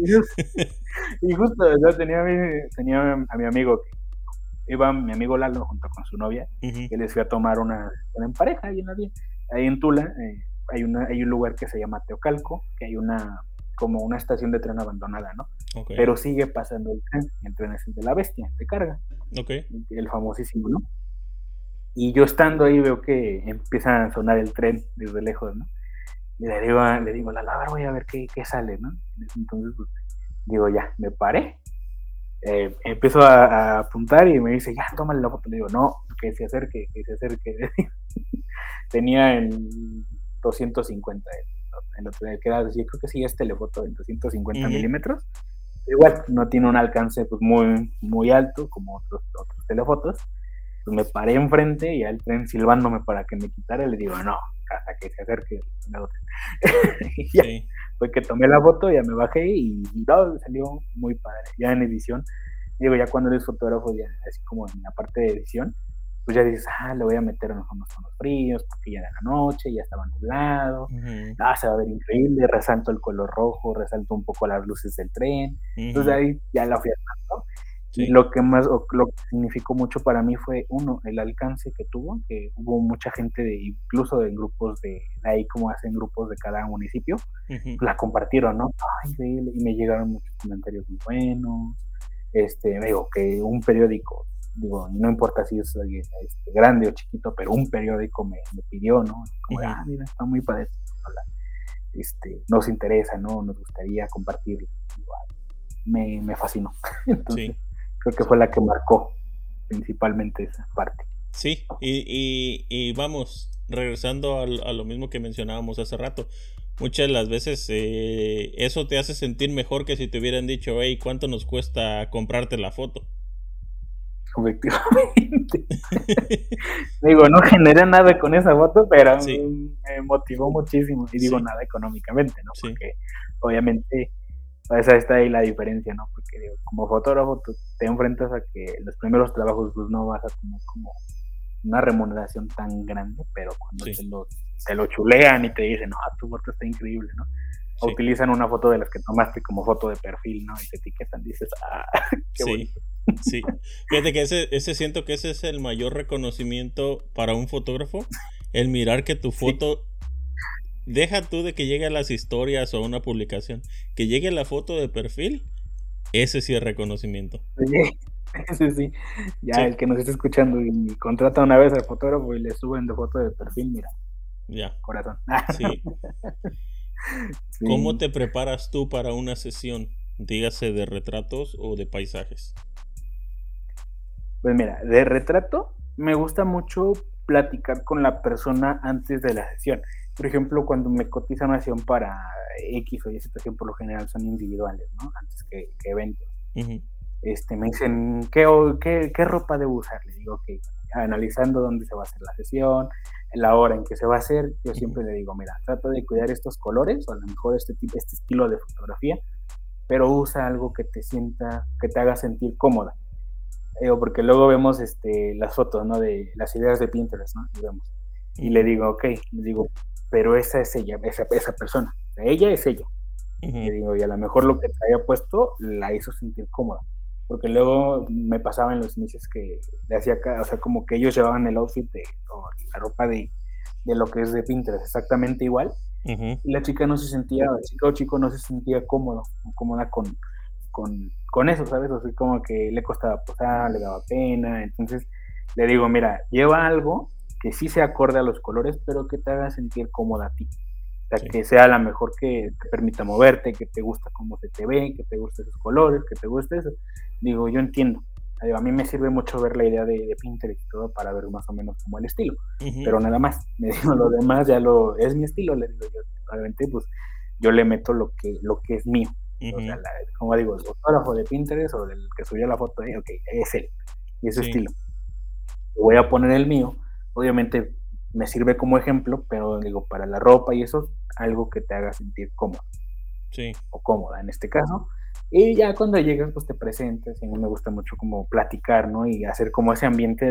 Y justo, yo tenía a mi amigo, que iba mi amigo Lalo junto con su novia, Ujú. que les fui a tomar una en pareja ahí en la vía. Ahí en Tula hay un lugar que se llama Teocalco, que hay como una estación de tren abandonada, ¿no? Ok, Pero sigue pasando el tren es el de la bestia, te carga, ok. el famosísimo, ¿no? Y yo estando ahí veo que empieza a sonar el tren desde lejos, ¿no? Y le digo, a ver, voy a ver qué sale, ¿no? Entonces, pues, digo, ya, me paré, empiezo a apuntar y me dice, ya, tómale la foto. Le digo, no, que se acerque, que se acerque. Tenía el 250, el otro día, que era, yo creo que sí es telefoto en 250 Ujú. milímetros. Igual, no tiene un alcance pues, muy, muy alto como otros telefotos. Pues me paré enfrente y al tren silbándome para que me quitara, le digo, no, hasta que se acerque la otra. Y ya, Sí. fue que tomé la foto, ya me bajé y no, salió muy padre. Ya en edición, digo, ya cuando eres fotógrafo, ya así como en la parte de edición, pues ya dices, le voy a meter unos tonos fríos porque ya era la noche, ya estaba nublado, Ujú. se va a ver increíble, resalto el color rojo, resalto un poco las luces del tren, entonces Ujú. ahí ya la fui armando. Y Sí. lo que más, o lo que significó mucho para mí fue, uno, el alcance que tuvo, que hubo mucha gente, incluso en grupos ahí como hacen grupos de cada municipio, Ujú. la compartieron, ¿no? Ay, increíble, y me llegaron muchos comentarios muy buenos, me digo, que un periódico, digo, no importa si es grande o chiquito, pero un periódico me pidió, ¿no? Como, Ujú. mira, está muy padre, nos interesa, ¿no? Nos gustaría compartirlo. Me fascinó. Entonces, Sí. creo que fue la que marcó principalmente esa parte. Sí, y vamos, regresando a lo mismo que mencionábamos hace rato, muchas de las veces eso te hace sentir mejor que si te hubieran dicho, hey, ¿cuánto nos cuesta comprarte la foto? Efectivamente. Digo, no generé nada con esa foto, pero Sí, me motivó muchísimo. Y digo, sí, nada económicamente, ¿no? sí, Porque obviamente esa está ahí la diferencia, ¿no? Porque digo, como fotógrafo tú te enfrentas a que los primeros trabajos pues no vas a tener como una remuneración tan grande, pero cuando sí, te lo chulean y te dicen, no, tu foto está increíble, ¿no? O sí, utilizan una foto de las que tomaste como foto de perfil, ¿no? Y te etiquetan, dices, qué sí, bonito. sí. Fíjate que ese siento que ese es el mayor reconocimiento para un fotógrafo, el mirar que tu Sí, foto, deja tú de que llegue a las historias o a una publicación, que llegue la foto de perfil, ese sí es reconocimiento. oye, sí, sí. Ya Sí, el que nos esté escuchando y contrata una vez al fotógrafo y le suben de foto de perfil, mira, ya, corazón. sí. ¿Cómo Sí, te preparas tú para una sesión? Dígase de retratos o de paisajes. pues mira, de retrato me gusta mucho platicar con la persona antes de la sesión. Por ejemplo, cuando me cotizan una sesión para X o Y situación, por lo general son individuales, ¿no? Antes que eventos. Ujú. Me dicen, ¿qué ropa debo usar? Le digo, ok, analizando dónde se va a hacer la sesión, la hora en que se va a hacer, yo Ujú. siempre le digo, mira, trata de cuidar estos colores o a lo mejor este estilo de fotografía pero usa algo que que te haga sentir cómoda. Porque luego vemos las fotos, ¿no? De las ideas de Pinterest, ¿no? Y vemos. Y le digo, ok, le digo, pero esa es ella, esa persona. Ella es ella. Le digo, y a lo mejor lo que te haya puesto la hizo sentir cómoda. Porque luego me pasaba en los inicios que le hacía, o sea, como que ellos llevaban el outfit o la ropa de lo que es de Pinterest exactamente igual. Y la chica no se sentía, la chica o chico no se sentía cómoda con eso, ¿sabes? O sea, como que le costaba posar, le daba pena. Entonces le digo, mira, lleva algo que sí se acorde a los colores, pero que te haga sentir cómoda a ti. O sea, sí, que sea la mejor que te permita moverte, que te gusta cómo se te ve, que te gusten esos colores, que te guste eso. Digo, yo entiendo. A mí me sirve mucho ver la idea de Pinterest y todo para ver más o menos como el estilo. Pero nada más. Me digo, lo demás ya es mi estilo. Le digo yo, obviamente, pues yo le meto lo que es mío. O sea, como digo, el fotógrafo de Pinterest o del que subió la foto, ok, es él. Y es su estilo. Voy a poner el mío. Obviamente me sirve como ejemplo, pero digo, para la ropa y eso, algo que te haga sentir cómodo. Sí. O cómoda en este caso. Y ya cuando llegas, pues te presentas. Y a mí me gusta mucho como platicar, ¿no? Y hacer como ese ambiente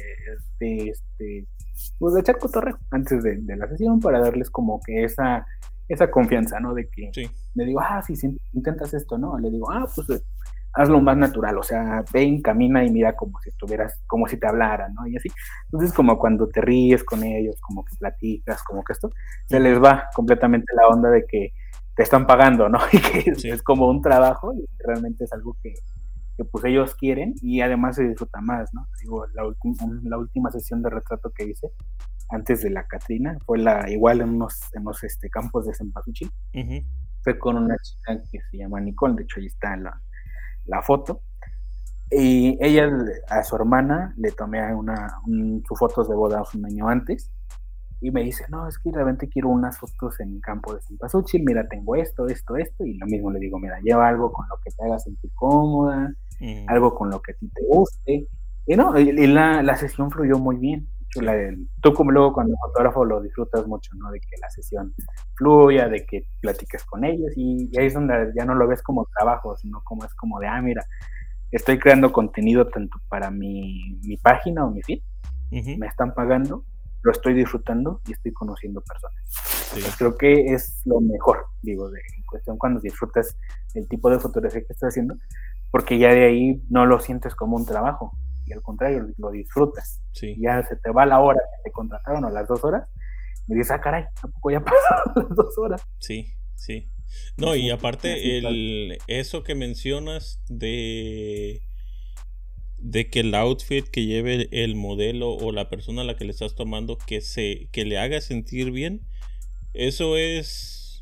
pues de echar cotorreo antes de la sesión para darles como que esa confianza, ¿no? De que le digo, si intentas esto, ¿no? Le digo, pues hazlo más natural, o sea, ven, camina y mira como si estuvieras, como si te hablaran, ¿no? Y así. Entonces, como cuando te ríes con ellos, como que platicas, como que esto, se les va completamente la onda de que te están pagando, ¿no? Y que es como un trabajo y realmente es algo que pues ellos quieren y además se disfruta más, ¿no? Digo, la última sesión de retrato que hice antes de la Catrina fue igual en unos campos de Cempasúchil. Fue con una chica que se llama Nicole, de hecho ahí está la foto. Y ella, a su hermana, le tomé sus fotos de boda un año antes. Y me dice, no, es que realmente quiero unas fotos en el campo de Cempasúchil, mira, tengo esto, y lo mismo le digo, mira, lleva algo con lo que te haga sentir cómoda, algo con lo que a ti te guste, y no, y la sesión fluyó muy bien. Tú como luego cuando fotógrafo lo disfrutas mucho, ¿no? De que la sesión fluya, de que platiques con ellos, y ahí es donde ya no lo ves como trabajo, sino como es como de, mira, estoy creando contenido tanto para mi página o mi feed, me están pagando, lo estoy disfrutando y estoy conociendo personas. Pues creo que es lo mejor, digo, en cuestión cuando disfrutas el tipo de fotografía que estás haciendo, porque ya de ahí no lo sientes como un trabajo, y al contrario, lo disfrutas. Ya se te va la hora que te contrataron o las 2 horas, y dices, caray, tampoco ya pasaron las 2 horas. Sí. No, y aparte, eso que mencionas de que el outfit que lleve el modelo o la persona a la que le estás tomando que le haga sentir bien, eso es,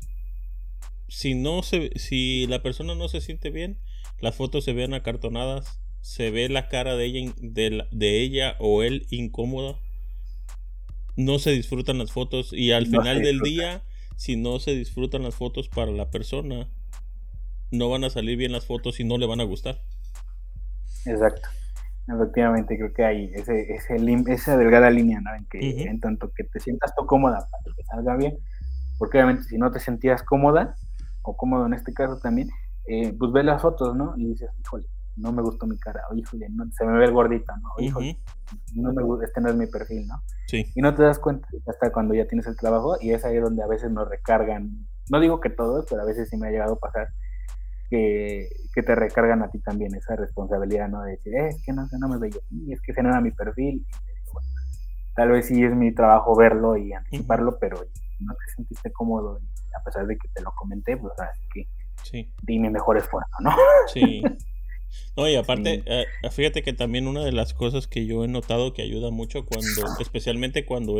si la persona no se siente bien, las fotos se ven acartonadas, se ve la cara de ella o él incómoda, no se disfrutan las fotos y al final del día, si no se disfrutan las fotos para la persona, no van a salir bien las fotos y no le van a gustar. Exacto. Efectivamente, creo que hay esa delgada línea, ¿no? En que en tanto que te sientas tú cómoda para que salga bien, porque obviamente si no te sentías cómoda, o cómodo en este caso también, pues ves las fotos, ¿no? Y dices, híjole, no me gustó mi cara, o híjole, no, se me ve el gordito, ¿no? O híjole, no me gusta, no es mi perfil, ¿no? Y no te das cuenta hasta cuando ya tienes el trabajo, y es ahí donde a veces nos recargan, no digo que todos, pero a veces sí me ha llegado a pasar, que te recargan a ti también esa responsabilidad, ¿no? De decir, es que no me veía, y es que ese no era mi perfil. Y digo, bueno, tal vez sí es mi trabajo verlo y anticiparlo, pero no te sentiste cómodo, y a pesar de que te lo comenté, pues así que di mi mejor esfuerzo, ¿no? Sí. No, y aparte, fíjate que también una de las cosas que yo he notado que ayuda mucho especialmente cuando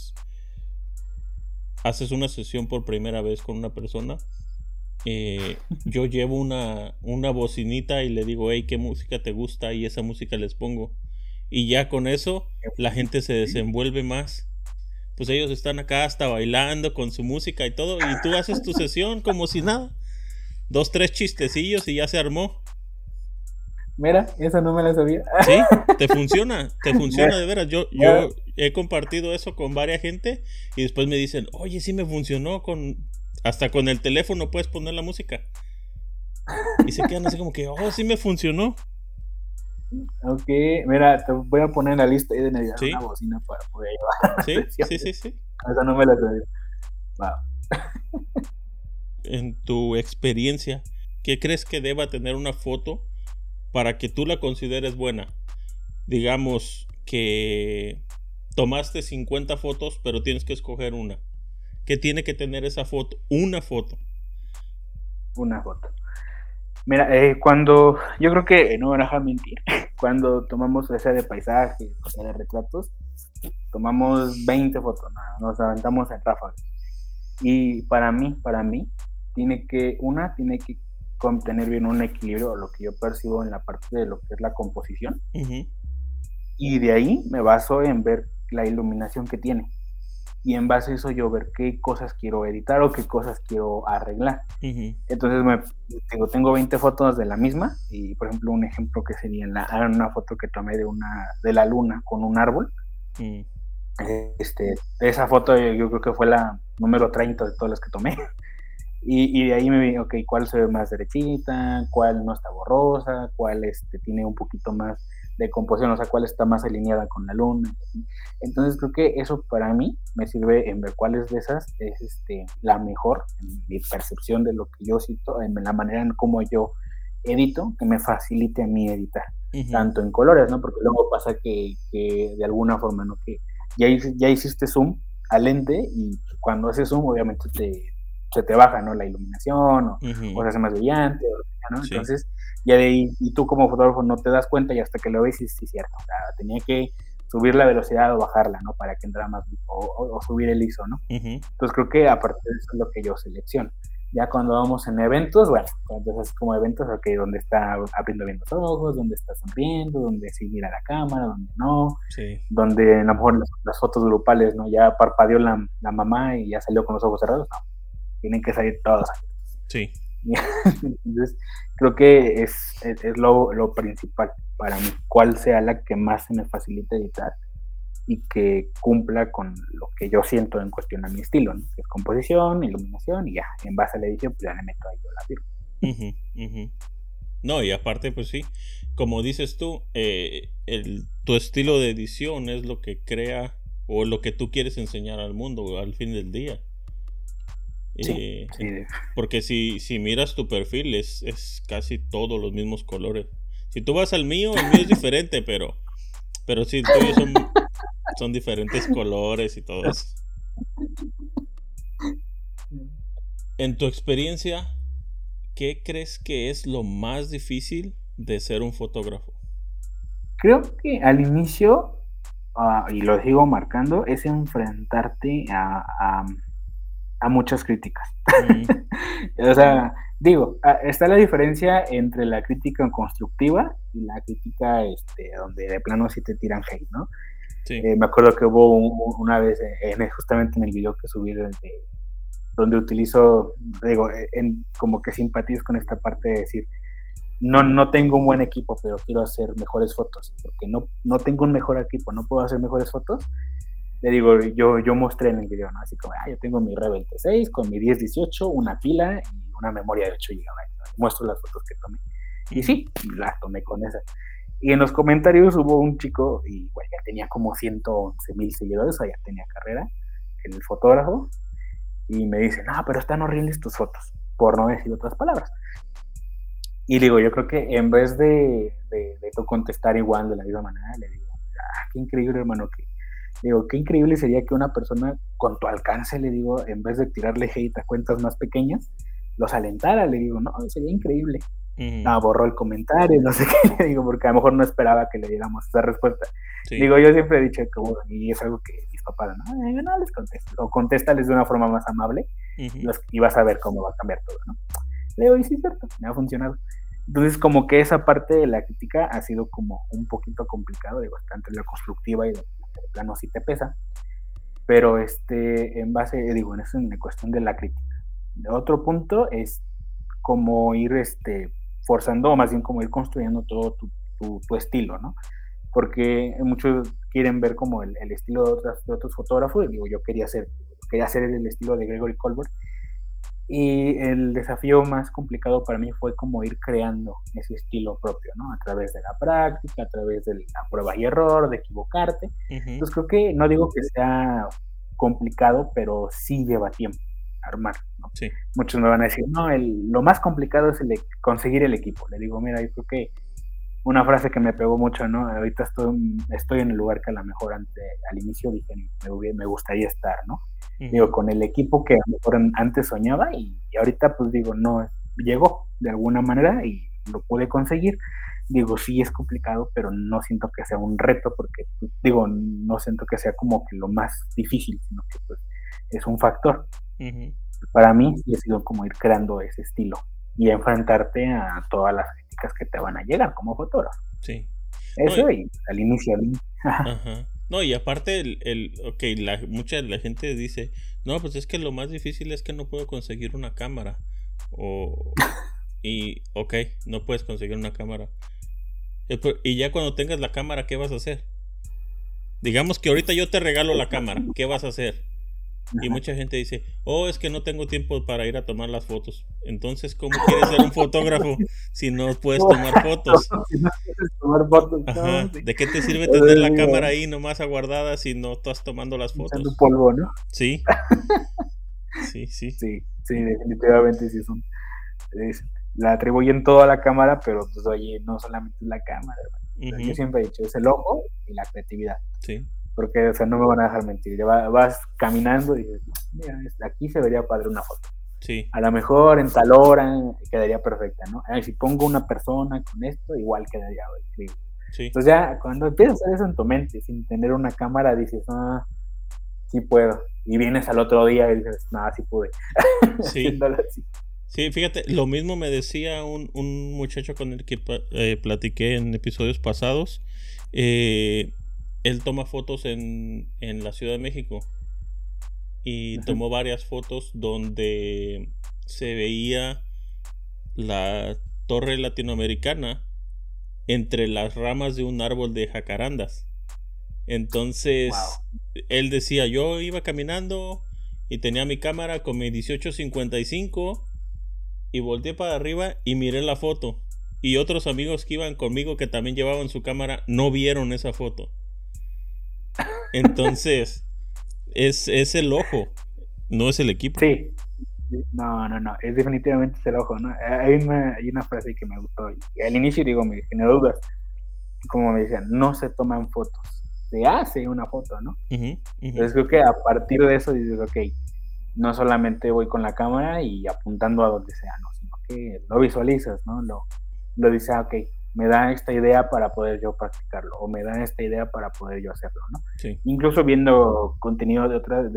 haces una sesión por primera vez con una persona, yo llevo una bocinita y le digo, hey, ¿qué música te gusta? Y esa música les pongo. Y ya con eso la gente se desenvuelve más. Pues ellos están acá hasta bailando con su música y todo. Y tú haces tu sesión como si nada. 2, 3 chistecillos y ya se armó. Mira, esa no me la sabía. Sí, te funciona de veras. Yo he compartido eso con varias gente y después me dicen, oye, sí me funcionó hasta con el teléfono puedes poner la música. Y se quedan así como que, oh, sí me funcionó. Ok, mira, te voy a poner en la lista ahí de Navidad una Sí, bocina para poder llevar sí, sí, sesiones. sí, sí. Esa no me la sabía. Wow. En tu experiencia, ¿qué crees que deba tener una foto para que tú la consideres buena? Digamos que tomaste 50 fotos, pero tienes que escoger una. ¿Qué tiene que tener esa foto? Una foto. Una foto. Mira, yo creo que no me van a dejar mentir, cuando tomamos esa de paisajes, o sea, de retratos, tomamos 20 fotos, nos aventamos en ráfaga. Y para mí, tiene que contener bien un equilibrio, lo que yo percibo en la parte de lo que es la composición, Uh-huh. y de ahí me baso en ver la iluminación que tiene. Y en base a eso yo ver qué cosas quiero editar o qué cosas quiero arreglar. Uh-huh. Entonces tengo 20 fotos de la misma y por ejemplo un ejemplo que sería una foto que tomé de la luna con un árbol. Uh-huh. Esa foto yo creo que fue la número 30 de todas las que tomé. Y de ahí me vi, ok, cuál se ve más derechita, cuál no está borrosa, cuál tiene un poquito más de composición, o sea, cuál está más alineada con la luna. Entonces creo que eso para mí me sirve en ver cuáles de esas es la mejor, en mi percepción de lo que yo cito, en la manera en cómo yo edito, que me facilite a mí editar, Uh-huh. tanto en colores, ¿no? Porque luego pasa que de alguna forma, ¿no? Que ya hiciste zoom al lente y cuando haces zoom obviamente se te baja, ¿no? La iluminación o Uh-huh. se hace más brillante, o lo que sea, ¿no? Sí. Entonces, ya de ahí, y tú como fotógrafo no te das cuenta y hasta que lo ves, sí, sí, cierto. O sea, tenía que subir la velocidad o bajarla, ¿no? Para que entrara más, o subir el ISO, ¿no? Uh-huh. Entonces, creo que a partir de eso es lo que yo selecciono. Ya cuando vamos en eventos, bueno, cuando es como eventos, ok, donde está abriendo bien los ojos, donde está sonriendo, donde sí mira la cámara, donde no, Sí. donde a lo mejor las fotos grupales, ¿no? Ya parpadeó la mamá y ya salió con los ojos cerrados, no, tienen que salir todos. Sí. Entonces, creo que es lo principal para mí, cuál sea la que más se me facilite editar y que cumpla con lo que yo siento en cuestión a mi estilo, ¿no? Que es composición, iluminación y ya, en base a la edición, pues ya le meto ahí yo la firma. Uh-huh. Uh-huh. No, y aparte, pues sí, como dices tú, tu estilo de edición es lo que crea o lo que tú quieres enseñar al mundo al fin del día. Sí, Eh, sí, Porque si miras tu perfil es casi todos los mismos colores. Si tú vas al mío, el mío es diferente, pero sí, el tuyo son diferentes colores y todo eso. En tu experiencia, ¿qué crees que es lo más difícil de ser un fotógrafo? creo que al inicio, y lo sigo marcando, es enfrentarte a muchas críticas. Mm, O sea, digo, está la diferencia entre la crítica constructiva y la crítica donde de plano sí te tiran hate, ¿no? sí. Me acuerdo que hubo una vez, justamente en el video que subí, donde utilizo, digo, como que simpatizo con esta parte de decir, no tengo un buen equipo, pero quiero hacer mejores fotos, porque no tengo un mejor equipo, no puedo hacer mejores fotos. Le digo, yo mostré en el video, ¿no? Así como, yo tengo mi Rebel T6 con mi 1018, una pila y una memoria de 8 GB, ¿no? Muestro las fotos que tomé. Y Ujú. sí, las tomé con esas. Y en los comentarios hubo un chico, y bueno, ya tenía como 111,000 seguidores, o sea, ya tenía carrera, el fotógrafo, y me dice, no, pero están horribles tus fotos, por no decir otras palabras. Y digo, yo creo que en vez de tú contestar igual de la misma manera, le digo, qué increíble, hermano, digo, qué increíble sería que una persona con tu alcance, le digo, en vez de tirarle hate a cuentas más pequeñas, los alentara, le digo, no, sería increíble. Ujú. No, borró el comentario, no sé qué, le digo, porque a lo mejor no esperaba que le diéramos esa respuesta. Sí. Digo, yo siempre he dicho que, bueno, y es algo que mis papás, no les contestes, o contéstales de una forma más amable, Ujú. y vas a ver cómo va a cambiar todo, ¿no? Le digo, y sí, es cierto, me ha funcionado. Entonces, como que esa parte de la crítica ha sido como un poquito complicado, digo, tanto la constructiva y de plano sí te pesa, pero en base, digo, en eso en la cuestión de la crítica. De otro punto es como ir forzando, o más bien como ir construyendo todo tu estilo, ¿no? Porque muchos quieren ver como el estilo de otros fotógrafos, y digo, yo quería hacer el estilo de Gregory Colbert, Y el desafío más complicado para mí fue como ir creando ese estilo propio, ¿no? A través de la práctica, a través de la prueba y error, de equivocarte. Ujú. Entonces creo que no digo que sea complicado, pero sí lleva tiempo armar, ¿no? Sí. Muchos me van a decir, no, lo más complicado es conseguir el equipo. Le digo, mira, yo creo que una frase que me pegó mucho, ¿no? Ahorita estoy en el lugar que a lo mejor al inicio dije, me gustaría estar, ¿no? Digo, Ujú. con el equipo que a lo mejor antes soñaba y ahorita pues digo, no, llegó de alguna manera y lo pude conseguir. Digo, sí es complicado, pero no siento que sea un reto porque, pues, digo, no siento que sea como que lo más difícil, sino que pues es un factor. Ujú. Para mí sí ha sido como ir creando ese estilo y enfrentarte a todas las críticas que te van a llegar como fotógrafo. Sí. No, Eso y al inicio, ajá. No, y aparte ok, mucha de la gente dice, no, pues es que lo más difícil es que no puedo conseguir una cámara. O, ok, no puedes conseguir una cámara. Y ya cuando tengas la cámara, ¿qué vas a hacer? Digamos que ahorita yo te regalo la cámara, ¿qué vas a hacer? Y mucha gente dice, oh, es que no tengo tiempo para ir a tomar las fotos. Entonces, ¿cómo quieres ser un fotógrafo si no puedes tomar fotos? Si no quieres tomar fotos, no, Ajá, sí. ¿de qué te sirve O sea, tener la cámara digo, ahí nomás aguardada si no estás tomando las echando fotos? polvo, ¿no? Sí, sí, sí. Sí, sí, definitivamente sí son. La atribuyen todo a la cámara, pero pues oye, no solamente es la cámara, hermano. O sea, yo Ujú. siempre he dicho, es el ojo y la creatividad. Sí, Porque, o sea, no me van a dejar mentir. Vas caminando y dices, mira, aquí se vería padre una foto. sí, A lo mejor en tal hora quedaría perfecta, ¿no? Si pongo una persona con esto, igual quedaría increíble. sí, Entonces ya cuando empiezas a hacer eso en tu mente, sin tener una cámara, dices, ah, sí puedo. Y vienes al otro día y dices, nada, sí pude. sí. Haciéndolo así. Sí, fíjate, lo mismo me decía un muchacho con el que platiqué en episodios pasados. Eh, Él toma fotos en la Ciudad de México y Ujú. tomó varias fotos donde se veía la torre latinoamericana entre las ramas de un árbol de jacarandas. Wow. Entonces, él decía, yo iba caminando y tenía mi cámara con mi 1855 y volteé para arriba y miré la foto. Y otros amigos que iban conmigo que también llevaban su cámara no vieron esa foto. Entonces, es el ojo, no es el equipo. Sí. No, no, no. Es definitivamente el ojo, ¿no? Hay una frase que me gustó. Y al inicio, digo, me generó dudas. Como me decían, no se toman fotos. Se hace una foto, ¿no? Ujú, ujú. Entonces creo que a partir de eso dices, ok, no solamente voy con la cámara y apuntando a donde sea, ¿no? Sino que lo visualizas, ¿no? Lo dices, ok, me da esta idea para poder yo practicarlo, o me da esta idea para poder yo hacerlo, ¿no? Sí. Incluso viendo contenido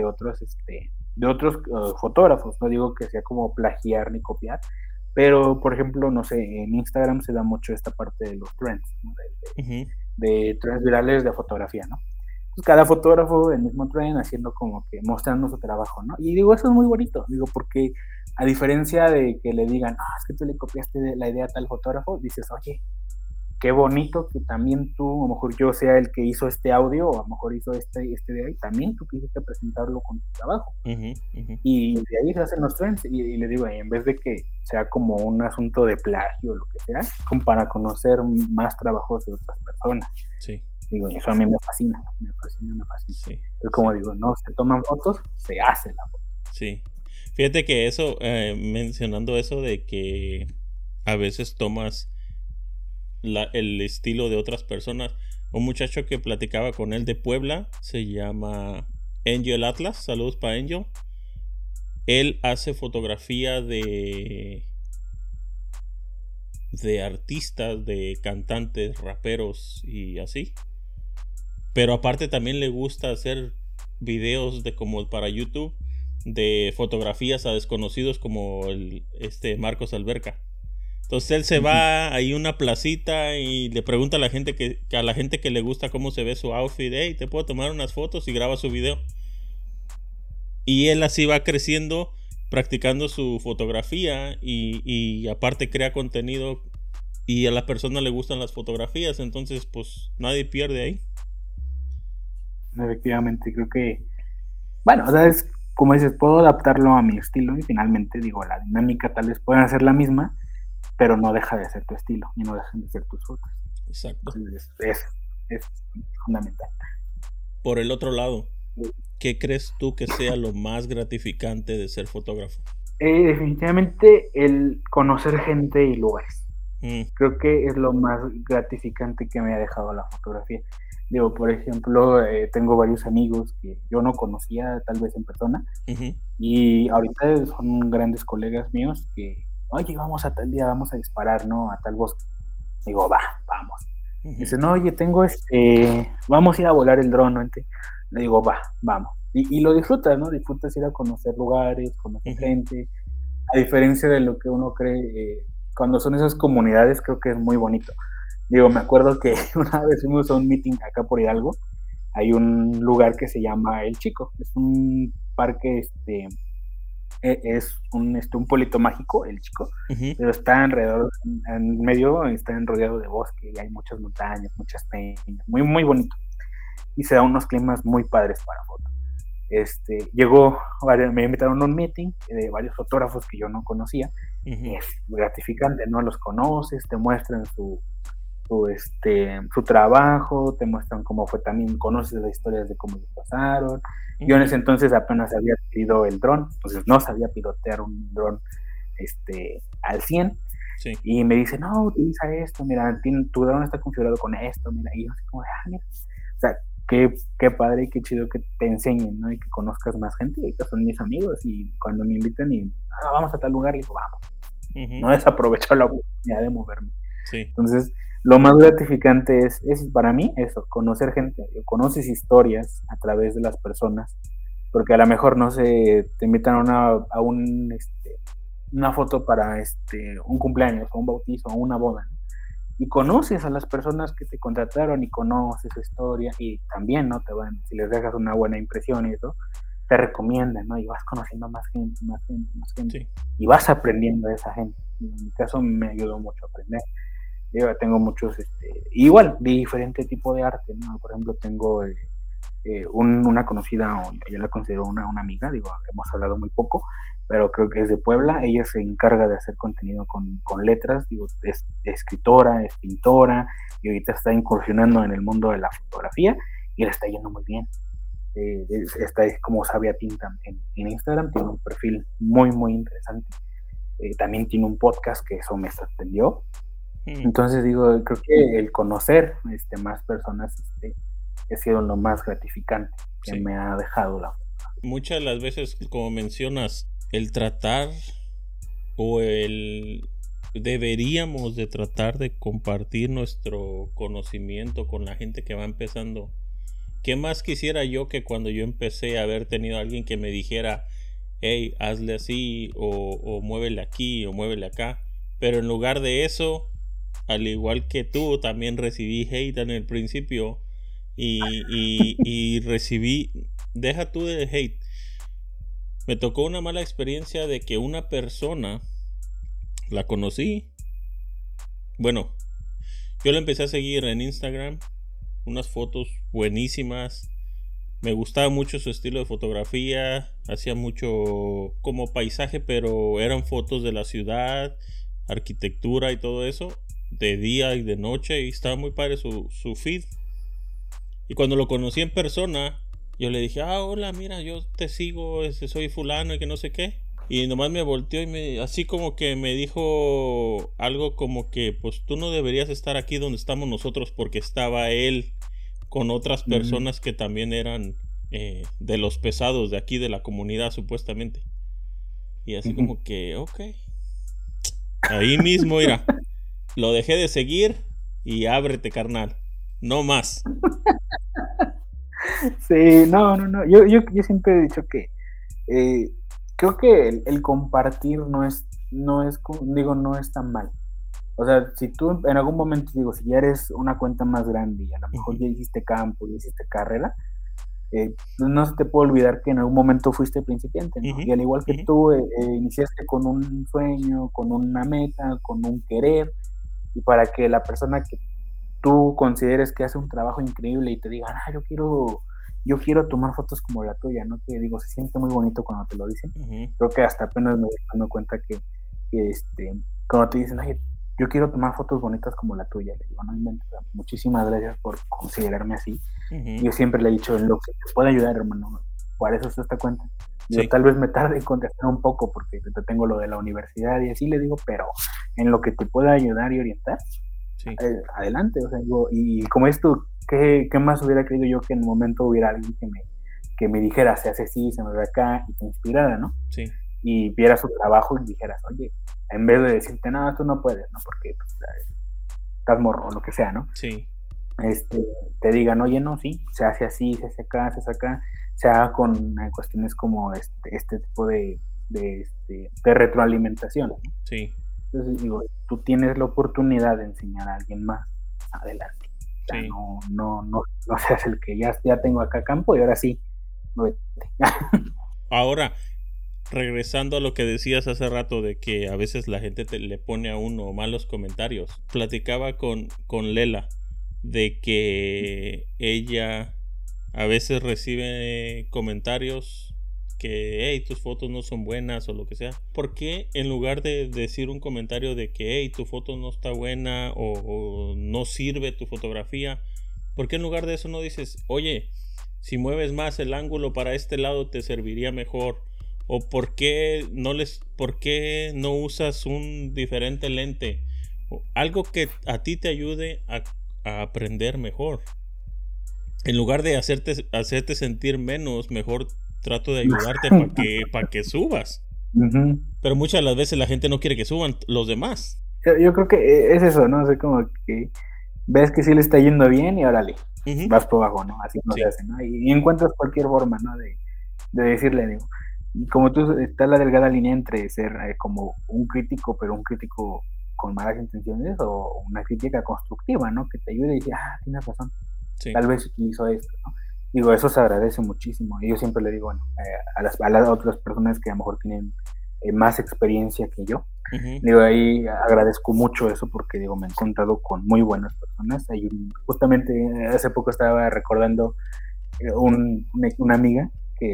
de otros fotógrafos, no digo que sea como plagiar ni copiar, pero por ejemplo, no sé, en Instagram se da mucho esta parte de los trends, ¿no? Ujú. De trends virales de fotografía, ¿no? Pues cada fotógrafo el mismo trend haciendo como que mostrando su trabajo, ¿no? Y digo, eso es muy bonito, digo, porque a diferencia de que le digan, ah, es que tú le copiaste la idea a tal fotógrafo, dices, oye, qué bonito que también tú, a lo mejor yo sea el que hizo este audio, o a lo mejor hizo este de ahí, también tú quisiste presentarlo con tu trabajo. Ujú, ujú. Y de ahí se hacen los trends. Y le digo, en vez de que sea como un asunto de plagio o lo que sea, como para conocer más trabajos de otras personas. Sí, Digo, y eso a mí me fascina, me fascina, me fascina. sí, Es como sí, digo, no se toman fotos, se hace la foto. sí. Fíjate que eso, mencionando eso de que a veces tomas el estilo de otras personas. Un muchacho que platicaba con él de Puebla se llama Angel Atlas. Saludos para Angel. Él hace fotografía de artistas, de cantantes, raperos y así. Pero aparte también le gusta hacer videos de como para YouTube de fotografías a desconocidos como este Marcos Alberca. Entonces él se Ujú. va ahí a una placita y le pregunta a la gente que a la gente que le gusta cómo se ve su outfit, hey, te puedo tomar unas fotos y graba su video. Y él así va creciendo, practicando su fotografía y aparte crea contenido y a la persona le gustan las fotografías, entonces pues nadie pierde ahí. Efectivamente, creo que, bueno, o sea, es como dices, puedo adaptarlo a mi estilo y finalmente, digo, la dinámica tal vez pueda ser la misma, pero no deja de ser tu estilo y no dejan de ser tus fotos. Exacto. Entonces, es fundamental. Por el otro lado, ¿qué crees tú que sea lo más gratificante de ser fotógrafo? Definitivamente el conocer gente y lugares. Mm. Creo que es lo más gratificante que me ha dejado la fotografía. Digo, por ejemplo, tengo varios amigos que yo no conocía tal vez en persona, Uh-huh. y ahorita son grandes colegas míos que, oye, vamos a tal día, vamos a disparar, ¿no? A tal bosque. Digo, vamos. Uh-huh. Dicen, no, oye, vamos a ir a volar el dron, ¿no? Le digo, vamos. Y lo disfrutas, ¿no? Disfrutas ir a conocer lugares, conocer gente. A diferencia de lo que uno cree, cuando son esas comunidades, creo que es muy bonito. Digo, me acuerdo que una vez fuimos a un meeting acá por Hidalgo. Hay un lugar que se llama El Chico. Es un parque, es un pueblito mágico, El Chico, uh-huh. Pero está alrededor, en medio está rodeado de bosque y hay muchas montañas, muchas peñas, muy, muy bonito. Y se da unos climas muy padres para fotos. Me invitaron a un meeting de varios fotógrafos que yo no conocía. Uh-huh. Es gratificante, ¿no? Los conoces, te muestran su trabajo, te muestran cómo fue también, conoces las historias de cómo lo pasaron. Uh-huh. Yo en ese entonces apenas había adquirido el dron, entonces no sabía pilotear un dron al 100. Sí. Y me dice, no, utiliza esto, mira, tu dron está configurado con esto, mira, y yo así como, mira, o sea, qué padre y qué chido que te enseñen, ¿no? Y que conozcas más gente. Ahorita son mis amigos y cuando me invitan y vamos a tal lugar, digo, vamos. Uh-huh. No desaprovecho la oportunidad de moverme. Sí. Entonces, lo más gratificante es para mí eso, conocer gente. Conoces historias a través de las personas, porque a lo mejor, no sé, te invitan a una foto para un cumpleaños, o un bautizo, o una boda, ¿no? Y conoces a las personas que te contrataron y conoces su historia y también, ¿no? Si les dejas una buena impresión y eso, te recomiendan, ¿no? Y vas conociendo a más gente. Sí. Y vas aprendiendo de esa gente. En mi caso me ayudó mucho a aprender. Yo tengo muchos, igual, de diferente tipo de arte, ¿no? Por ejemplo, tengo una conocida, yo la considero una amiga, digo, hemos hablado muy poco, pero creo que es de Puebla. Ella se encarga de hacer contenido con letras, digo, es escritora, es pintora, y ahorita está incursionando en el mundo de la fotografía y le está yendo muy bien. Está como Sabia Tinta en Instagram, tiene un perfil muy, muy interesante. También tiene un podcast que eso me sorprendió. Entonces digo, creo que el conocer más personas ha sido lo más gratificante que me ha dejado la fotografía. Muchas de las veces, como mencionas, el tratar deberíamos de tratar de compartir nuestro conocimiento con la gente que va empezando. ¿Qué más quisiera yo que cuando yo empecé haber tenido a alguien que me dijera, hey, hazle así, o muévele aquí, o muévele acá? Pero en lugar de eso, al igual que tú, también recibí hate en el principio y recibí, deja tú de hate, me tocó una mala experiencia de que una persona, la conocí, bueno, yo la empecé a seguir en Instagram, unas fotos buenísimas, me gustaba mucho su estilo de fotografía, hacía mucho como paisaje, pero eran fotos de la ciudad, arquitectura y todo eso, de día y de noche, y estaba muy padre su feed. Y cuando lo conocí en persona, yo le dije, hola, mira, yo te sigo, soy fulano y que no sé qué. Y nomás me volteó y así como que me dijo algo como que, pues tú no deberías estar aquí donde estamos nosotros, porque estaba él con otras personas que también eran de los pesados de aquí de la comunidad supuestamente. Y así como que, ok. Ahí mismo, mira, lo dejé de seguir y ábrete, carnal. No más. Sí, no. Yo siempre he dicho que creo que el compartir no es tan mal. O sea, si tú en algún momento, digo, si ya eres una cuenta más grande y a lo mejor ya hiciste campo, ya hiciste carrera, no se te puede olvidar que en algún momento fuiste principiante, ¿no? Y al igual que tú iniciaste con un sueño, con una meta, con un querer, y para que la persona que tú consideres que hace un trabajo increíble y te diga, yo quiero yo quiero tomar fotos como la tuya, ¿no? Que digo, se siente muy bonito cuando te lo dicen. Uh-huh. Creo que hasta apenas me voy dando cuenta que cuando te dicen, oye, yo quiero tomar fotos bonitas como la tuya, le digo, no inventes, muchísimas gracias por considerarme así. Uh-huh. Yo siempre le he dicho, en lo que te pueda ayudar, hermano, por eso se esta cuenta. Yo Sí. tal vez me tarde en contestar un poco porque tengo lo de la universidad y así le digo, pero en lo que te pueda ayudar y orientar, Sí. Adelante, o sea, digo, y como esto, ¿qué más hubiera querido yo que en un momento hubiera alguien que me dijera, se hace así, se me ve acá, y te inspirara, ¿no? Sí. Y viera su trabajo y dijeras, oye, en vez de decirte, no, tú no puedes, ¿no? Porque pues, estás morro o lo que sea, ¿no? Sí. Te digan, oye, no, sí, se hace así, se hace acá, se hace acá, se haga con cuestiones como este tipo de retroalimentación, ¿no? Sí. Entonces digo, tú tienes la oportunidad de enseñar a alguien más, adelante. O sea, Sí. no seas el que ya tengo acá campo y ahora sí, vete. Ahora, regresando a lo que decías hace rato de que a veces la gente le pone a uno malos comentarios. Platicaba con Lela de que ella a veces recibe comentarios que, hey, tus fotos no son buenas o lo que sea. ¿Por qué en lugar de decir un comentario de que, hey, tu foto no está buena o no sirve tu fotografía, por qué en lugar de eso no dices, oye, si mueves más el ángulo para este lado te serviría mejor? ¿O por qué no usas un diferente lente? O algo que a ti te ayude a aprender mejor. En lugar de hacerte sentir menos, mejor trato de ayudarte para que subas. Uh-huh. Pero muchas de las veces la gente no quiere que suban los demás. Yo creo que es eso, ¿no? O sea, como que ves que sí le está yendo bien y órale, Uh-huh. vas por abajo, ¿no? Así no Sí. se hace, ¿no? Y encuentras cualquier forma, ¿no? De decirle, digo, como tú, está la delgada línea entre ser como un crítico, pero un crítico con malas intenciones, o una crítica constructiva, ¿no? Que te ayude y dice, tienes razón, Sí. tal vez utilizo esto, ¿no? Digo, eso se agradece muchísimo. Y yo siempre le digo, bueno, a las otras personas que a lo mejor tienen más experiencia que yo, Uh-huh. digo, ahí agradezco mucho eso porque, digo, me he encontrado con muy buenas personas. Justamente hace poco estaba recordando una amiga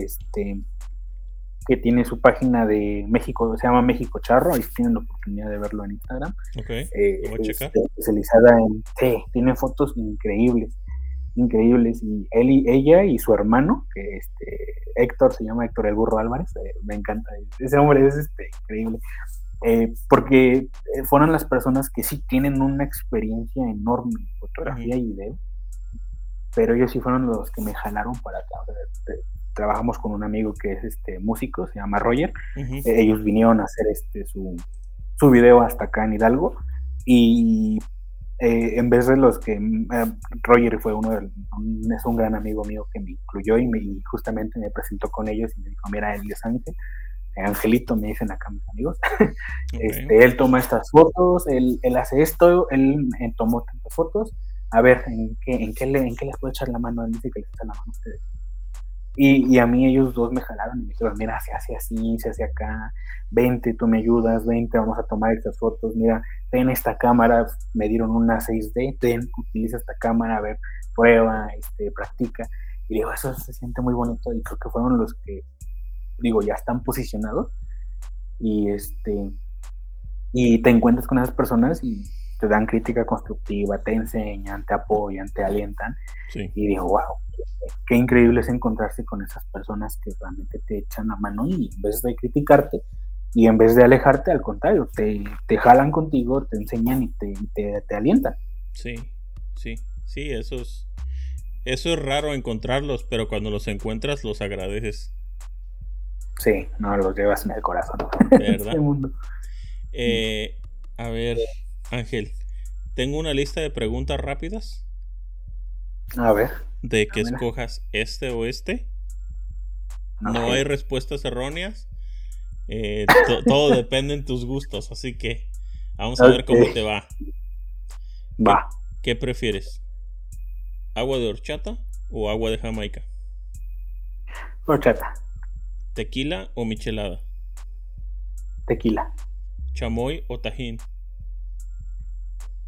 que tiene su página de México, se llama México Charro, ahí tienen la oportunidad de verlo en Instagram. Ok, lo voy a checar. Especializada tiene fotos increíbles, y ella y su hermano, que Héctor, se llama Héctor el Burro Álvarez, me encanta, ese hombre es increíble, porque fueron las personas que sí tienen una experiencia enorme en fotografía y video, pero ellos sí fueron los que me jalaron para acá. O sea, trabajamos con un amigo que es músico, se llama Roger. Ellos vinieron a hacer su video hasta acá en Hidalgo, y en vez de los que Roger fue es un gran amigo mío que me incluyó y justamente me presentó con ellos y me dijo, mira, él es Ángel, Angelito me dicen acá mis amigos. Okay. Él toma estas fotos, él hace esto, él tomó tantas fotos, a ver, ¿en qué les puedo echar la mano? Él dice que les echa la mano a ustedes. Y a mí ellos dos me jalaron y me dijeron, mira, se hace así, se hace acá, vente, tú me ayudas, vente, vamos a tomar estas fotos, mira, ten esta cámara, me dieron una 6D, utiliza esta cámara, a ver, prueba, practica. Y digo, eso se siente muy bonito, y creo que fueron los que, digo, ya están posicionados, y y te encuentras con esas personas y te dan crítica constructiva, te enseñan, te apoyan, te alientan. Sí. Y digo, wow, qué increíble es encontrarse con esas personas que realmente te echan la mano, y en vez de criticarte y en vez de alejarte, al contrario, te jalan contigo, te enseñan y te alientan. Sí, eso es raro encontrarlos, pero cuando los encuentras los agradeces. Sí, no, los llevas en el corazón. ¿Verdad? Este mundo. A ver, Ángel, tengo una lista de preguntas rápidas. A ver. De que escojas este o este. Okay. No hay respuestas erróneas. Todo depende en tus gustos, así que vamos a ver cómo te va. Va. ¿Qué prefieres? ¿Agua de horchata o agua de Jamaica? Horchata. ¿Tequila o michelada? Tequila. ¿Chamoy o tajín?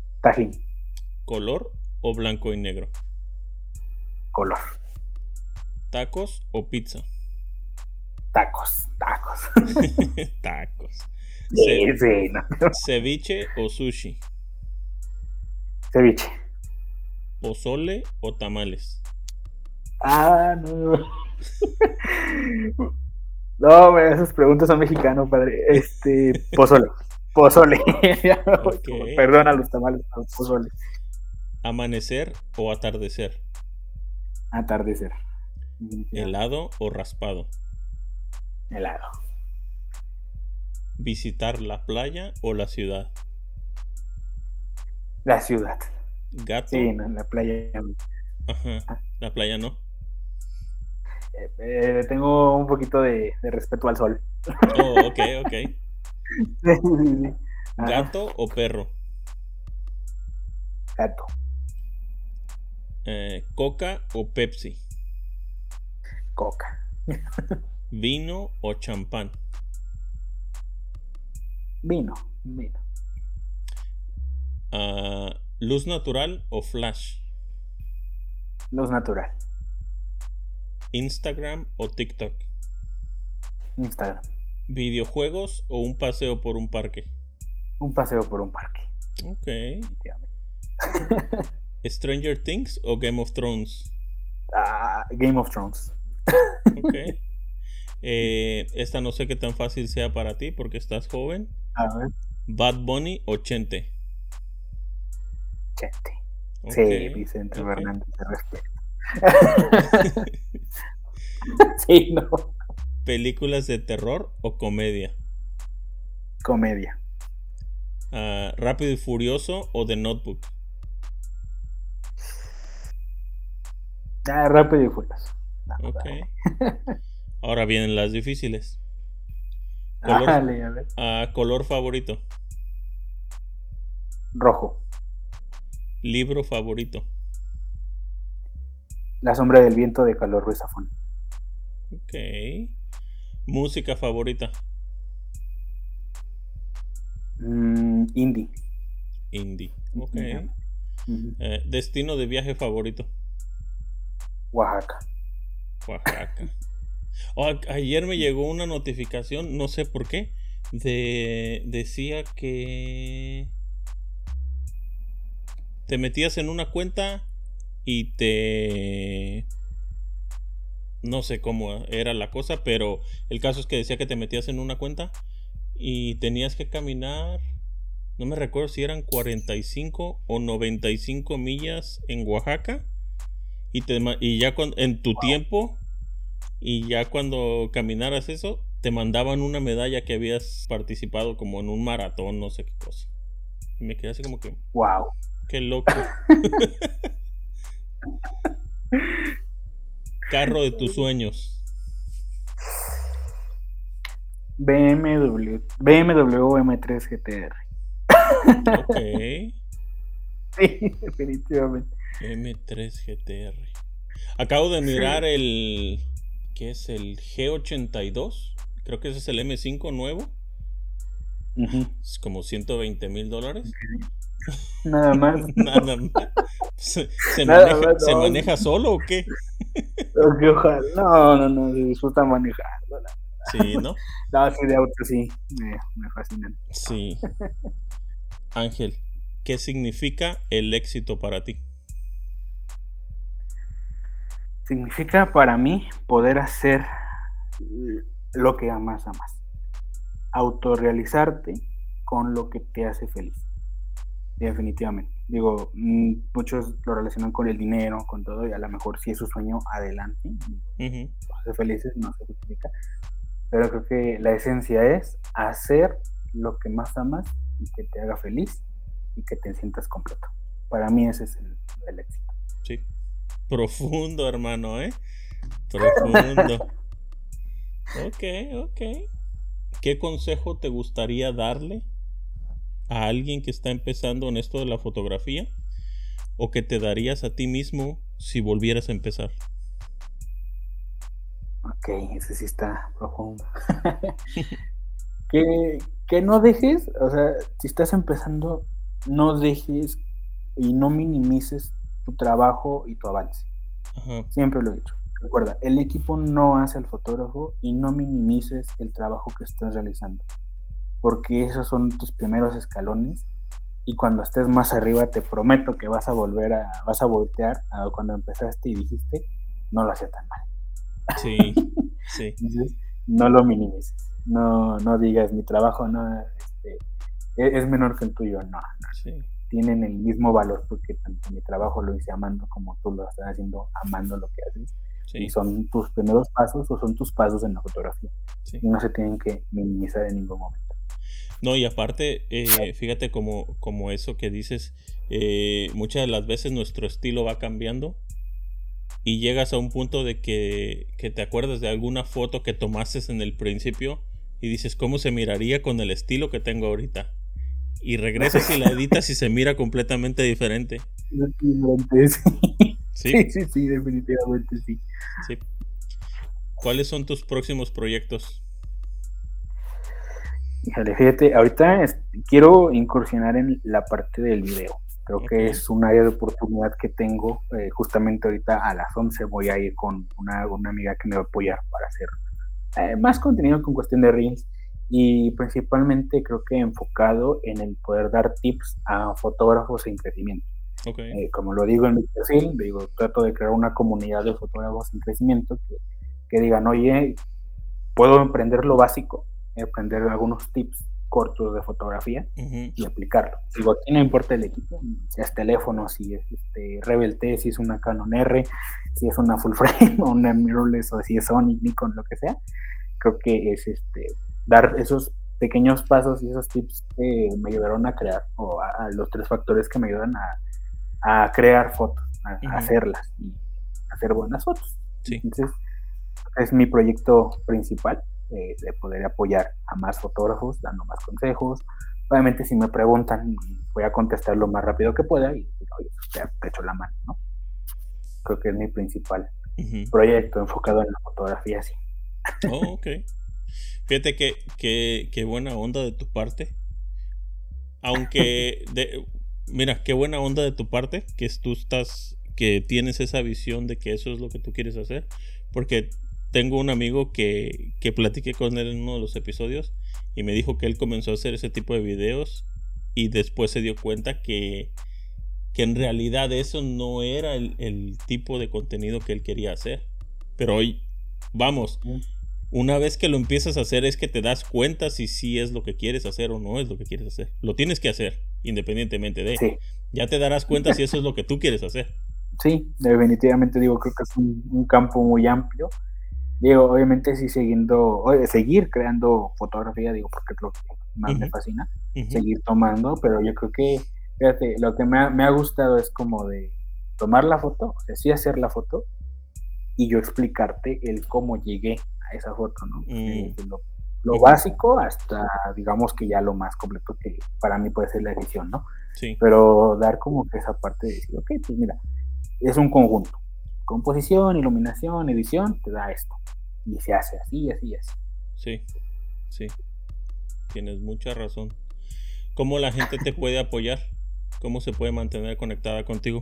Tajín. ¿Color o blanco y negro? Color. ¿Tacos o pizza? Tacos. Tacos. Sí, sí, no. ¿Ceviche o sushi? Ceviche. ¿Pozole o tamales? No. No, esas preguntas son mexicanos, padre. Pozole. Pozole. Ok. Perdona los tamales, pozole. ¿Amanecer o atardecer? Atardecer. ¿Helado o raspado? Helado. ¿Visitar la playa o la ciudad? La ciudad. ¿Gato? Sí, no, en la playa. Ajá. La playa no. Tengo un poquito de respeto al sol. Oh, ok. Sí. ¿Gato o perro? Gato. ¿Coca o Pepsi? Coca. ¿Vino o champán? Vino. ¿Luz natural o flash? Luz natural. ¿Instagram o TikTok? Instagram. ¿Videojuegos o un paseo por un parque? Un paseo por un parque. Ok. ¿Stranger Things o Game of Thrones? Game of Thrones. Ok. Esta no sé qué tan fácil sea para ti porque estás joven. A ver. ¿Bad Bunny o Chente? Chente. Okay, sí, Vicente Fernández, de respeto. Sí, no. ¿Películas de terror o comedia? Comedia. ¿Rápido y Furioso o The Notebook? Rápido y Furioso. Ok. Ahora vienen las difíciles. Dale, a ver. ¿Color favorito? Rojo. ¿Libro favorito? La sombra del viento de Carlos Ruiz Zafón. Ok. ¿Música favorita? Indie. Ok. Uh-huh. ¿Destino de viaje favorito? Oaxaca. Ayer me llegó una notificación, no sé por qué, decía que te metías en una cuenta y no sé cómo era la cosa, pero el caso es que decía que te metías en una cuenta y tenías que caminar, no me recuerdo si eran 45 o 95 millas en Oaxaca y ya en tu tiempo. Y ya cuando caminaras eso, te mandaban una medalla que habías participado como en un maratón, no sé qué cosa. Y me quedé así como que... ¡Wow! ¡Qué loco! Carro de tus sueños. BMW M3 GTR. Ok. Sí, definitivamente. M3 GTR. Acabo de mirar el... ¿Qué es? El G82. Creo que ese es el M5 nuevo. Uh-huh. Es como $120,000. Nada más. Nada más. ¿Se maneja solo o qué? Ojalá. No, se disfruta manejar. Sí, ¿no? No, sí, de auto sí, me fascinan. Sí. Ángel, ¿qué significa el éxito para ti? Significa para mí poder hacer lo que amas. Autorrealizarte con lo que te hace feliz. Definitivamente. Digo, muchos lo relacionan con el dinero, con todo, y a lo mejor si es su sueño, adelante. Uh-huh. Ser felices no se justifica. Pero creo que la esencia es hacer lo que más amas y que te haga feliz y que te sientas completo. Para mí ese es el éxito. Sí. Profundo, hermano, ¿eh? Profundo. Ok. ¿Qué consejo te gustaría darle a alguien que está empezando en esto de la fotografía? ¿O que te darías a ti mismo si volvieras a empezar? Ok, ese sí está profundo. que no dejes, o sea, si estás empezando, no dejes y no minimices tu trabajo y tu avance. Ajá. Siempre lo he dicho. recuerda, el equipo no hace al fotógrafo y no minimices el trabajo que estás realizando, porque esos son tus primeros escalones y cuando estés más arriba te prometo que vas a voltear a cuando empezaste y dijiste, no lo hacía tan mal. Sí, sí. Entonces, no lo minimices, no digas mi trabajo no es menor que el tuyo, no. Sí. Tienen el mismo valor porque tanto mi trabajo lo hice amando como tú lo estás haciendo amando lo que haces. Sí. Y son tus primeros pasos o son tus pasos en la fotografía. Sí. Y no se tienen que minimizar en ningún momento. No, y aparte, fíjate como eso que dices, muchas de las veces nuestro estilo va cambiando y llegas a un punto de que te acuerdas de alguna foto que tomaste en el principio y dices, ¿cómo se miraría con el estilo que tengo ahorita? Y regresas y la editas y se mira completamente diferente. Sí, sí, definitivamente sí. Sí. ¿Cuáles son tus próximos proyectos? Híjole, fíjate, ahorita quiero incursionar en la parte del video. Creo que es un área de oportunidad que tengo. Justamente ahorita a las 11 voy a ir con una amiga que me va a apoyar para hacer más contenido con cuestión de Reels y principalmente creo que enfocado en el poder dar tips a fotógrafos en crecimiento. Como lo digo en mi perfil, trato de crear una comunidad de fotógrafos en crecimiento que digan, oye, puedo aprender lo básico, aprender algunos tips cortos de fotografía y aplicarlo. Aquí no importa el equipo, si es teléfono, si es Rebel T, si es una Canon R, si es una full frame o una mirrorless o si es Sony, Nikon, lo que sea. Creo que es dar esos pequeños pasos y esos tips que me ayudaron a crear, o a los 3 factores que me ayudan a crear fotos, a hacerlas y hacer buenas fotos. Sí. Entonces, es mi proyecto principal, de poder apoyar a más fotógrafos, dando más consejos. Obviamente, si me preguntan, voy a contestar lo más rápido que pueda y oye, te echo la mano, ¿no? Creo que es mi principal proyecto enfocado en la fotografía, sí. Oh, ok. Fíjate que buena onda de tu parte. Aunque, mira, qué buena onda de tu parte que tienes esa visión de que eso es lo que tú quieres hacer. Porque tengo un amigo que platiqué con él en uno de los episodios y me dijo que él comenzó a hacer ese tipo de videos y después se dio cuenta que en realidad eso no era el tipo de contenido que él quería hacer. Pero hoy, vamos, una vez que lo empiezas a hacer es que te das cuenta si sí es lo que quieres hacer o no es lo que quieres hacer. Lo tienes que hacer, independientemente de. Sí. Ya te darás cuenta si eso es lo que tú quieres hacer. Sí, definitivamente creo que es un campo muy amplio. Obviamente sí seguir creando fotografía, porque es lo que más me fascina, seguir tomando, pero yo creo que, fíjate, lo que me ha gustado es como de tomar la foto, o sea, sí hacer la foto y yo explicarte el cómo llegué a esa foto, ¿no? Lo básico hasta, digamos que ya lo más completo que para mí puede ser la edición, ¿no? Sí. Pero dar como que esa parte de decir, ok, pues mira, es un conjunto. Composición, iluminación, edición, te da esto. Y se hace así, así, así. Sí, sí. Tienes mucha razón. ¿Cómo la gente te puede apoyar? ¿Cómo se puede mantener conectada contigo?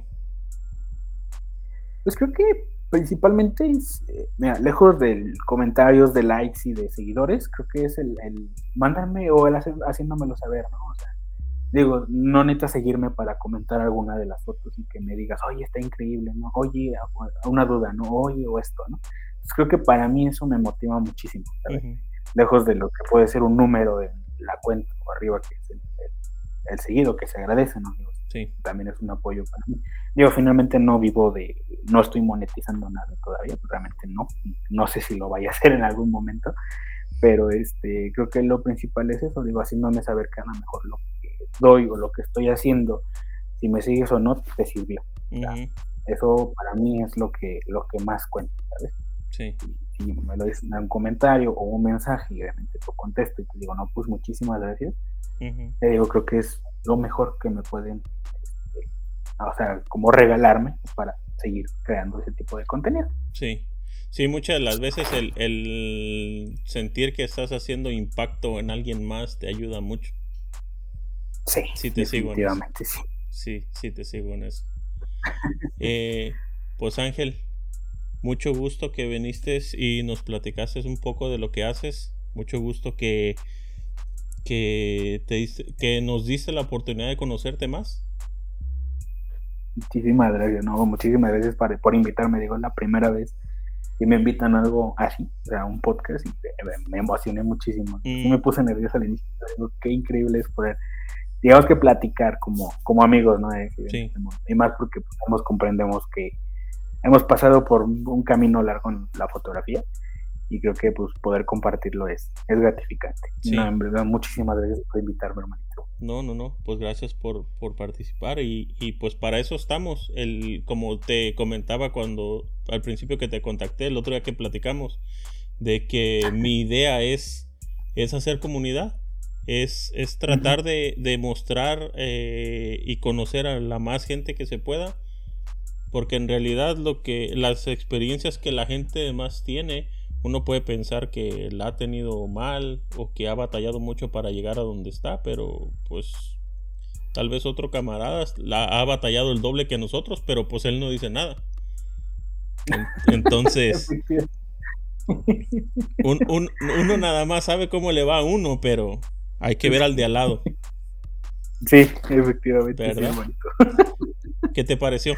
Pues creo que principalmente es, mira, lejos de comentarios, de likes y de seguidores, creo que es el mándame o el haciéndomelo saber, ¿no? O sea, no necesitas seguirme para comentar alguna de las fotos y que me digas, oye, está increíble, ¿no? Oye, una duda, ¿no? Oye, o esto, ¿no? Entonces creo que para mí eso me motiva muchísimo, ¿sabes? Lejos de lo que puede ser un número en la cuenta o arriba, que es el seguido, que se agradece, ¿no? Sí. También es un apoyo para mí. Finalmente no estoy monetizando nada todavía, pues realmente no sé si lo vaya a hacer en algún momento, pero creo que lo principal es eso, haciéndome saber que a lo mejor lo que doy o lo que estoy haciendo, si me sigues o no, te sirvió. O sea, eso para mí es lo que más cuenta, ¿sabes? Sí. Si me lo dices en un comentario o un mensaje y obviamente te contesto y te digo, no, pues muchísimas gracias, te digo, creo que es lo mejor que me pueden, o sea, como regalarme para seguir creando ese tipo de contenido. Sí. Sí, muchas de las veces el sentir que estás haciendo impacto en alguien más te ayuda mucho. Sí, te definitivamente sí. Sí, te sigo en eso. Pues Ángel, Mucho gusto que viniste y nos platicaste un poco de lo que haces. Mucho gusto que nos diste la oportunidad de conocerte más. Muchísimas gracias, no, muchísimas gracias por invitarme. Digo, es la primera vez que me invitan a algo así, o sea, un podcast, y me emocioné muchísimo. Sí me puse nervioso al inicio. Digo, qué increíble es poder, digamos, que platicar como amigos, ¿no? Sí. Y más porque pues, ambos comprendemos que hemos pasado por un camino largo en la fotografía, y creo que pues poder compartirlo es gratificante. Sí. No, en verdad, muchísimas gracias por invitarme, hermanito. No, pues gracias por participar y pues para eso estamos. Como te comentaba cuando al principio que te contacté, el otro día que platicamos, de que mi idea es hacer comunidad, es tratar de mostrar y conocer a la más gente que se pueda, porque en realidad las experiencias que la gente más tiene, uno puede pensar que la ha tenido mal o que ha batallado mucho para llegar a donde está, pero pues tal vez otro camarada la ha batallado el doble que nosotros, pero pues él no dice nada. Entonces uno nada más sabe cómo le va a uno, pero hay que ver al de al lado. Sí, efectivamente. ¿Verdad? Sí, ¿qué te pareció?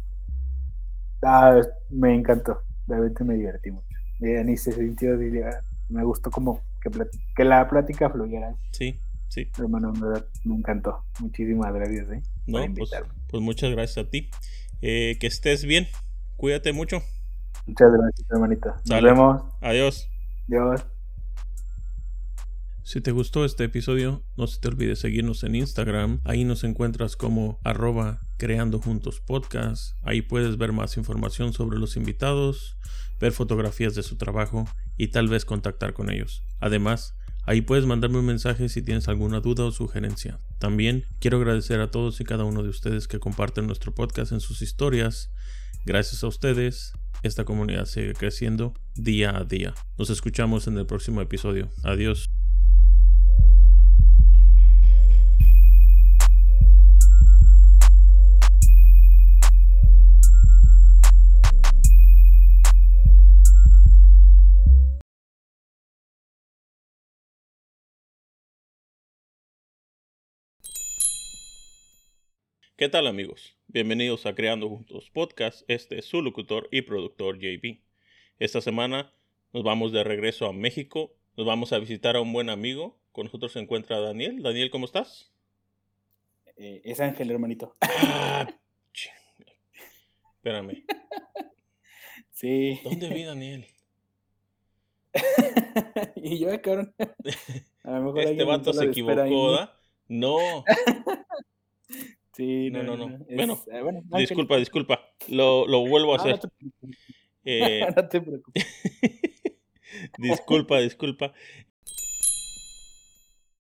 Me encantó, realmente me divertí mucho. En ese sentido, me gustó como que la plática fluyera. Sí. Hermano, me encantó. Muchísimas gracias por invitarme. Pues muchas gracias a ti. Que estés bien. Cuídate mucho. Muchas gracias, hermanito. Nos vemos. Adiós. Adiós. Si te gustó este episodio, no se te olvide seguirnos en Instagram. Ahí nos encuentras como @creandojuntospodcast. Ahí puedes ver más información sobre los invitados, ver fotografías de su trabajo y tal vez contactar con ellos. Además, ahí puedes mandarme un mensaje si tienes alguna duda o sugerencia. También quiero agradecer a todos y cada uno de ustedes que comparten nuestro podcast en sus historias. Gracias a ustedes, esta comunidad sigue creciendo día a día. Nos escuchamos en el próximo episodio. Adiós. ¿Qué tal, amigos? Bienvenidos a Creando Juntos Podcast. Este es su locutor y productor JB. Esta semana nos vamos de regreso a México. Nos vamos a visitar a un buen amigo. Con nosotros se encuentra Daniel. Daniel, ¿cómo estás? Es Ángel, hermanito. Espérame. Sí. ¿Dónde vi Daniel? Y yo, cabrón. A lo mejor este vato se equivocó, ¿da? No. Sí, No. Bueno, Disculpa. Lo vuelvo a hacer. No te preocupes. Disculpa.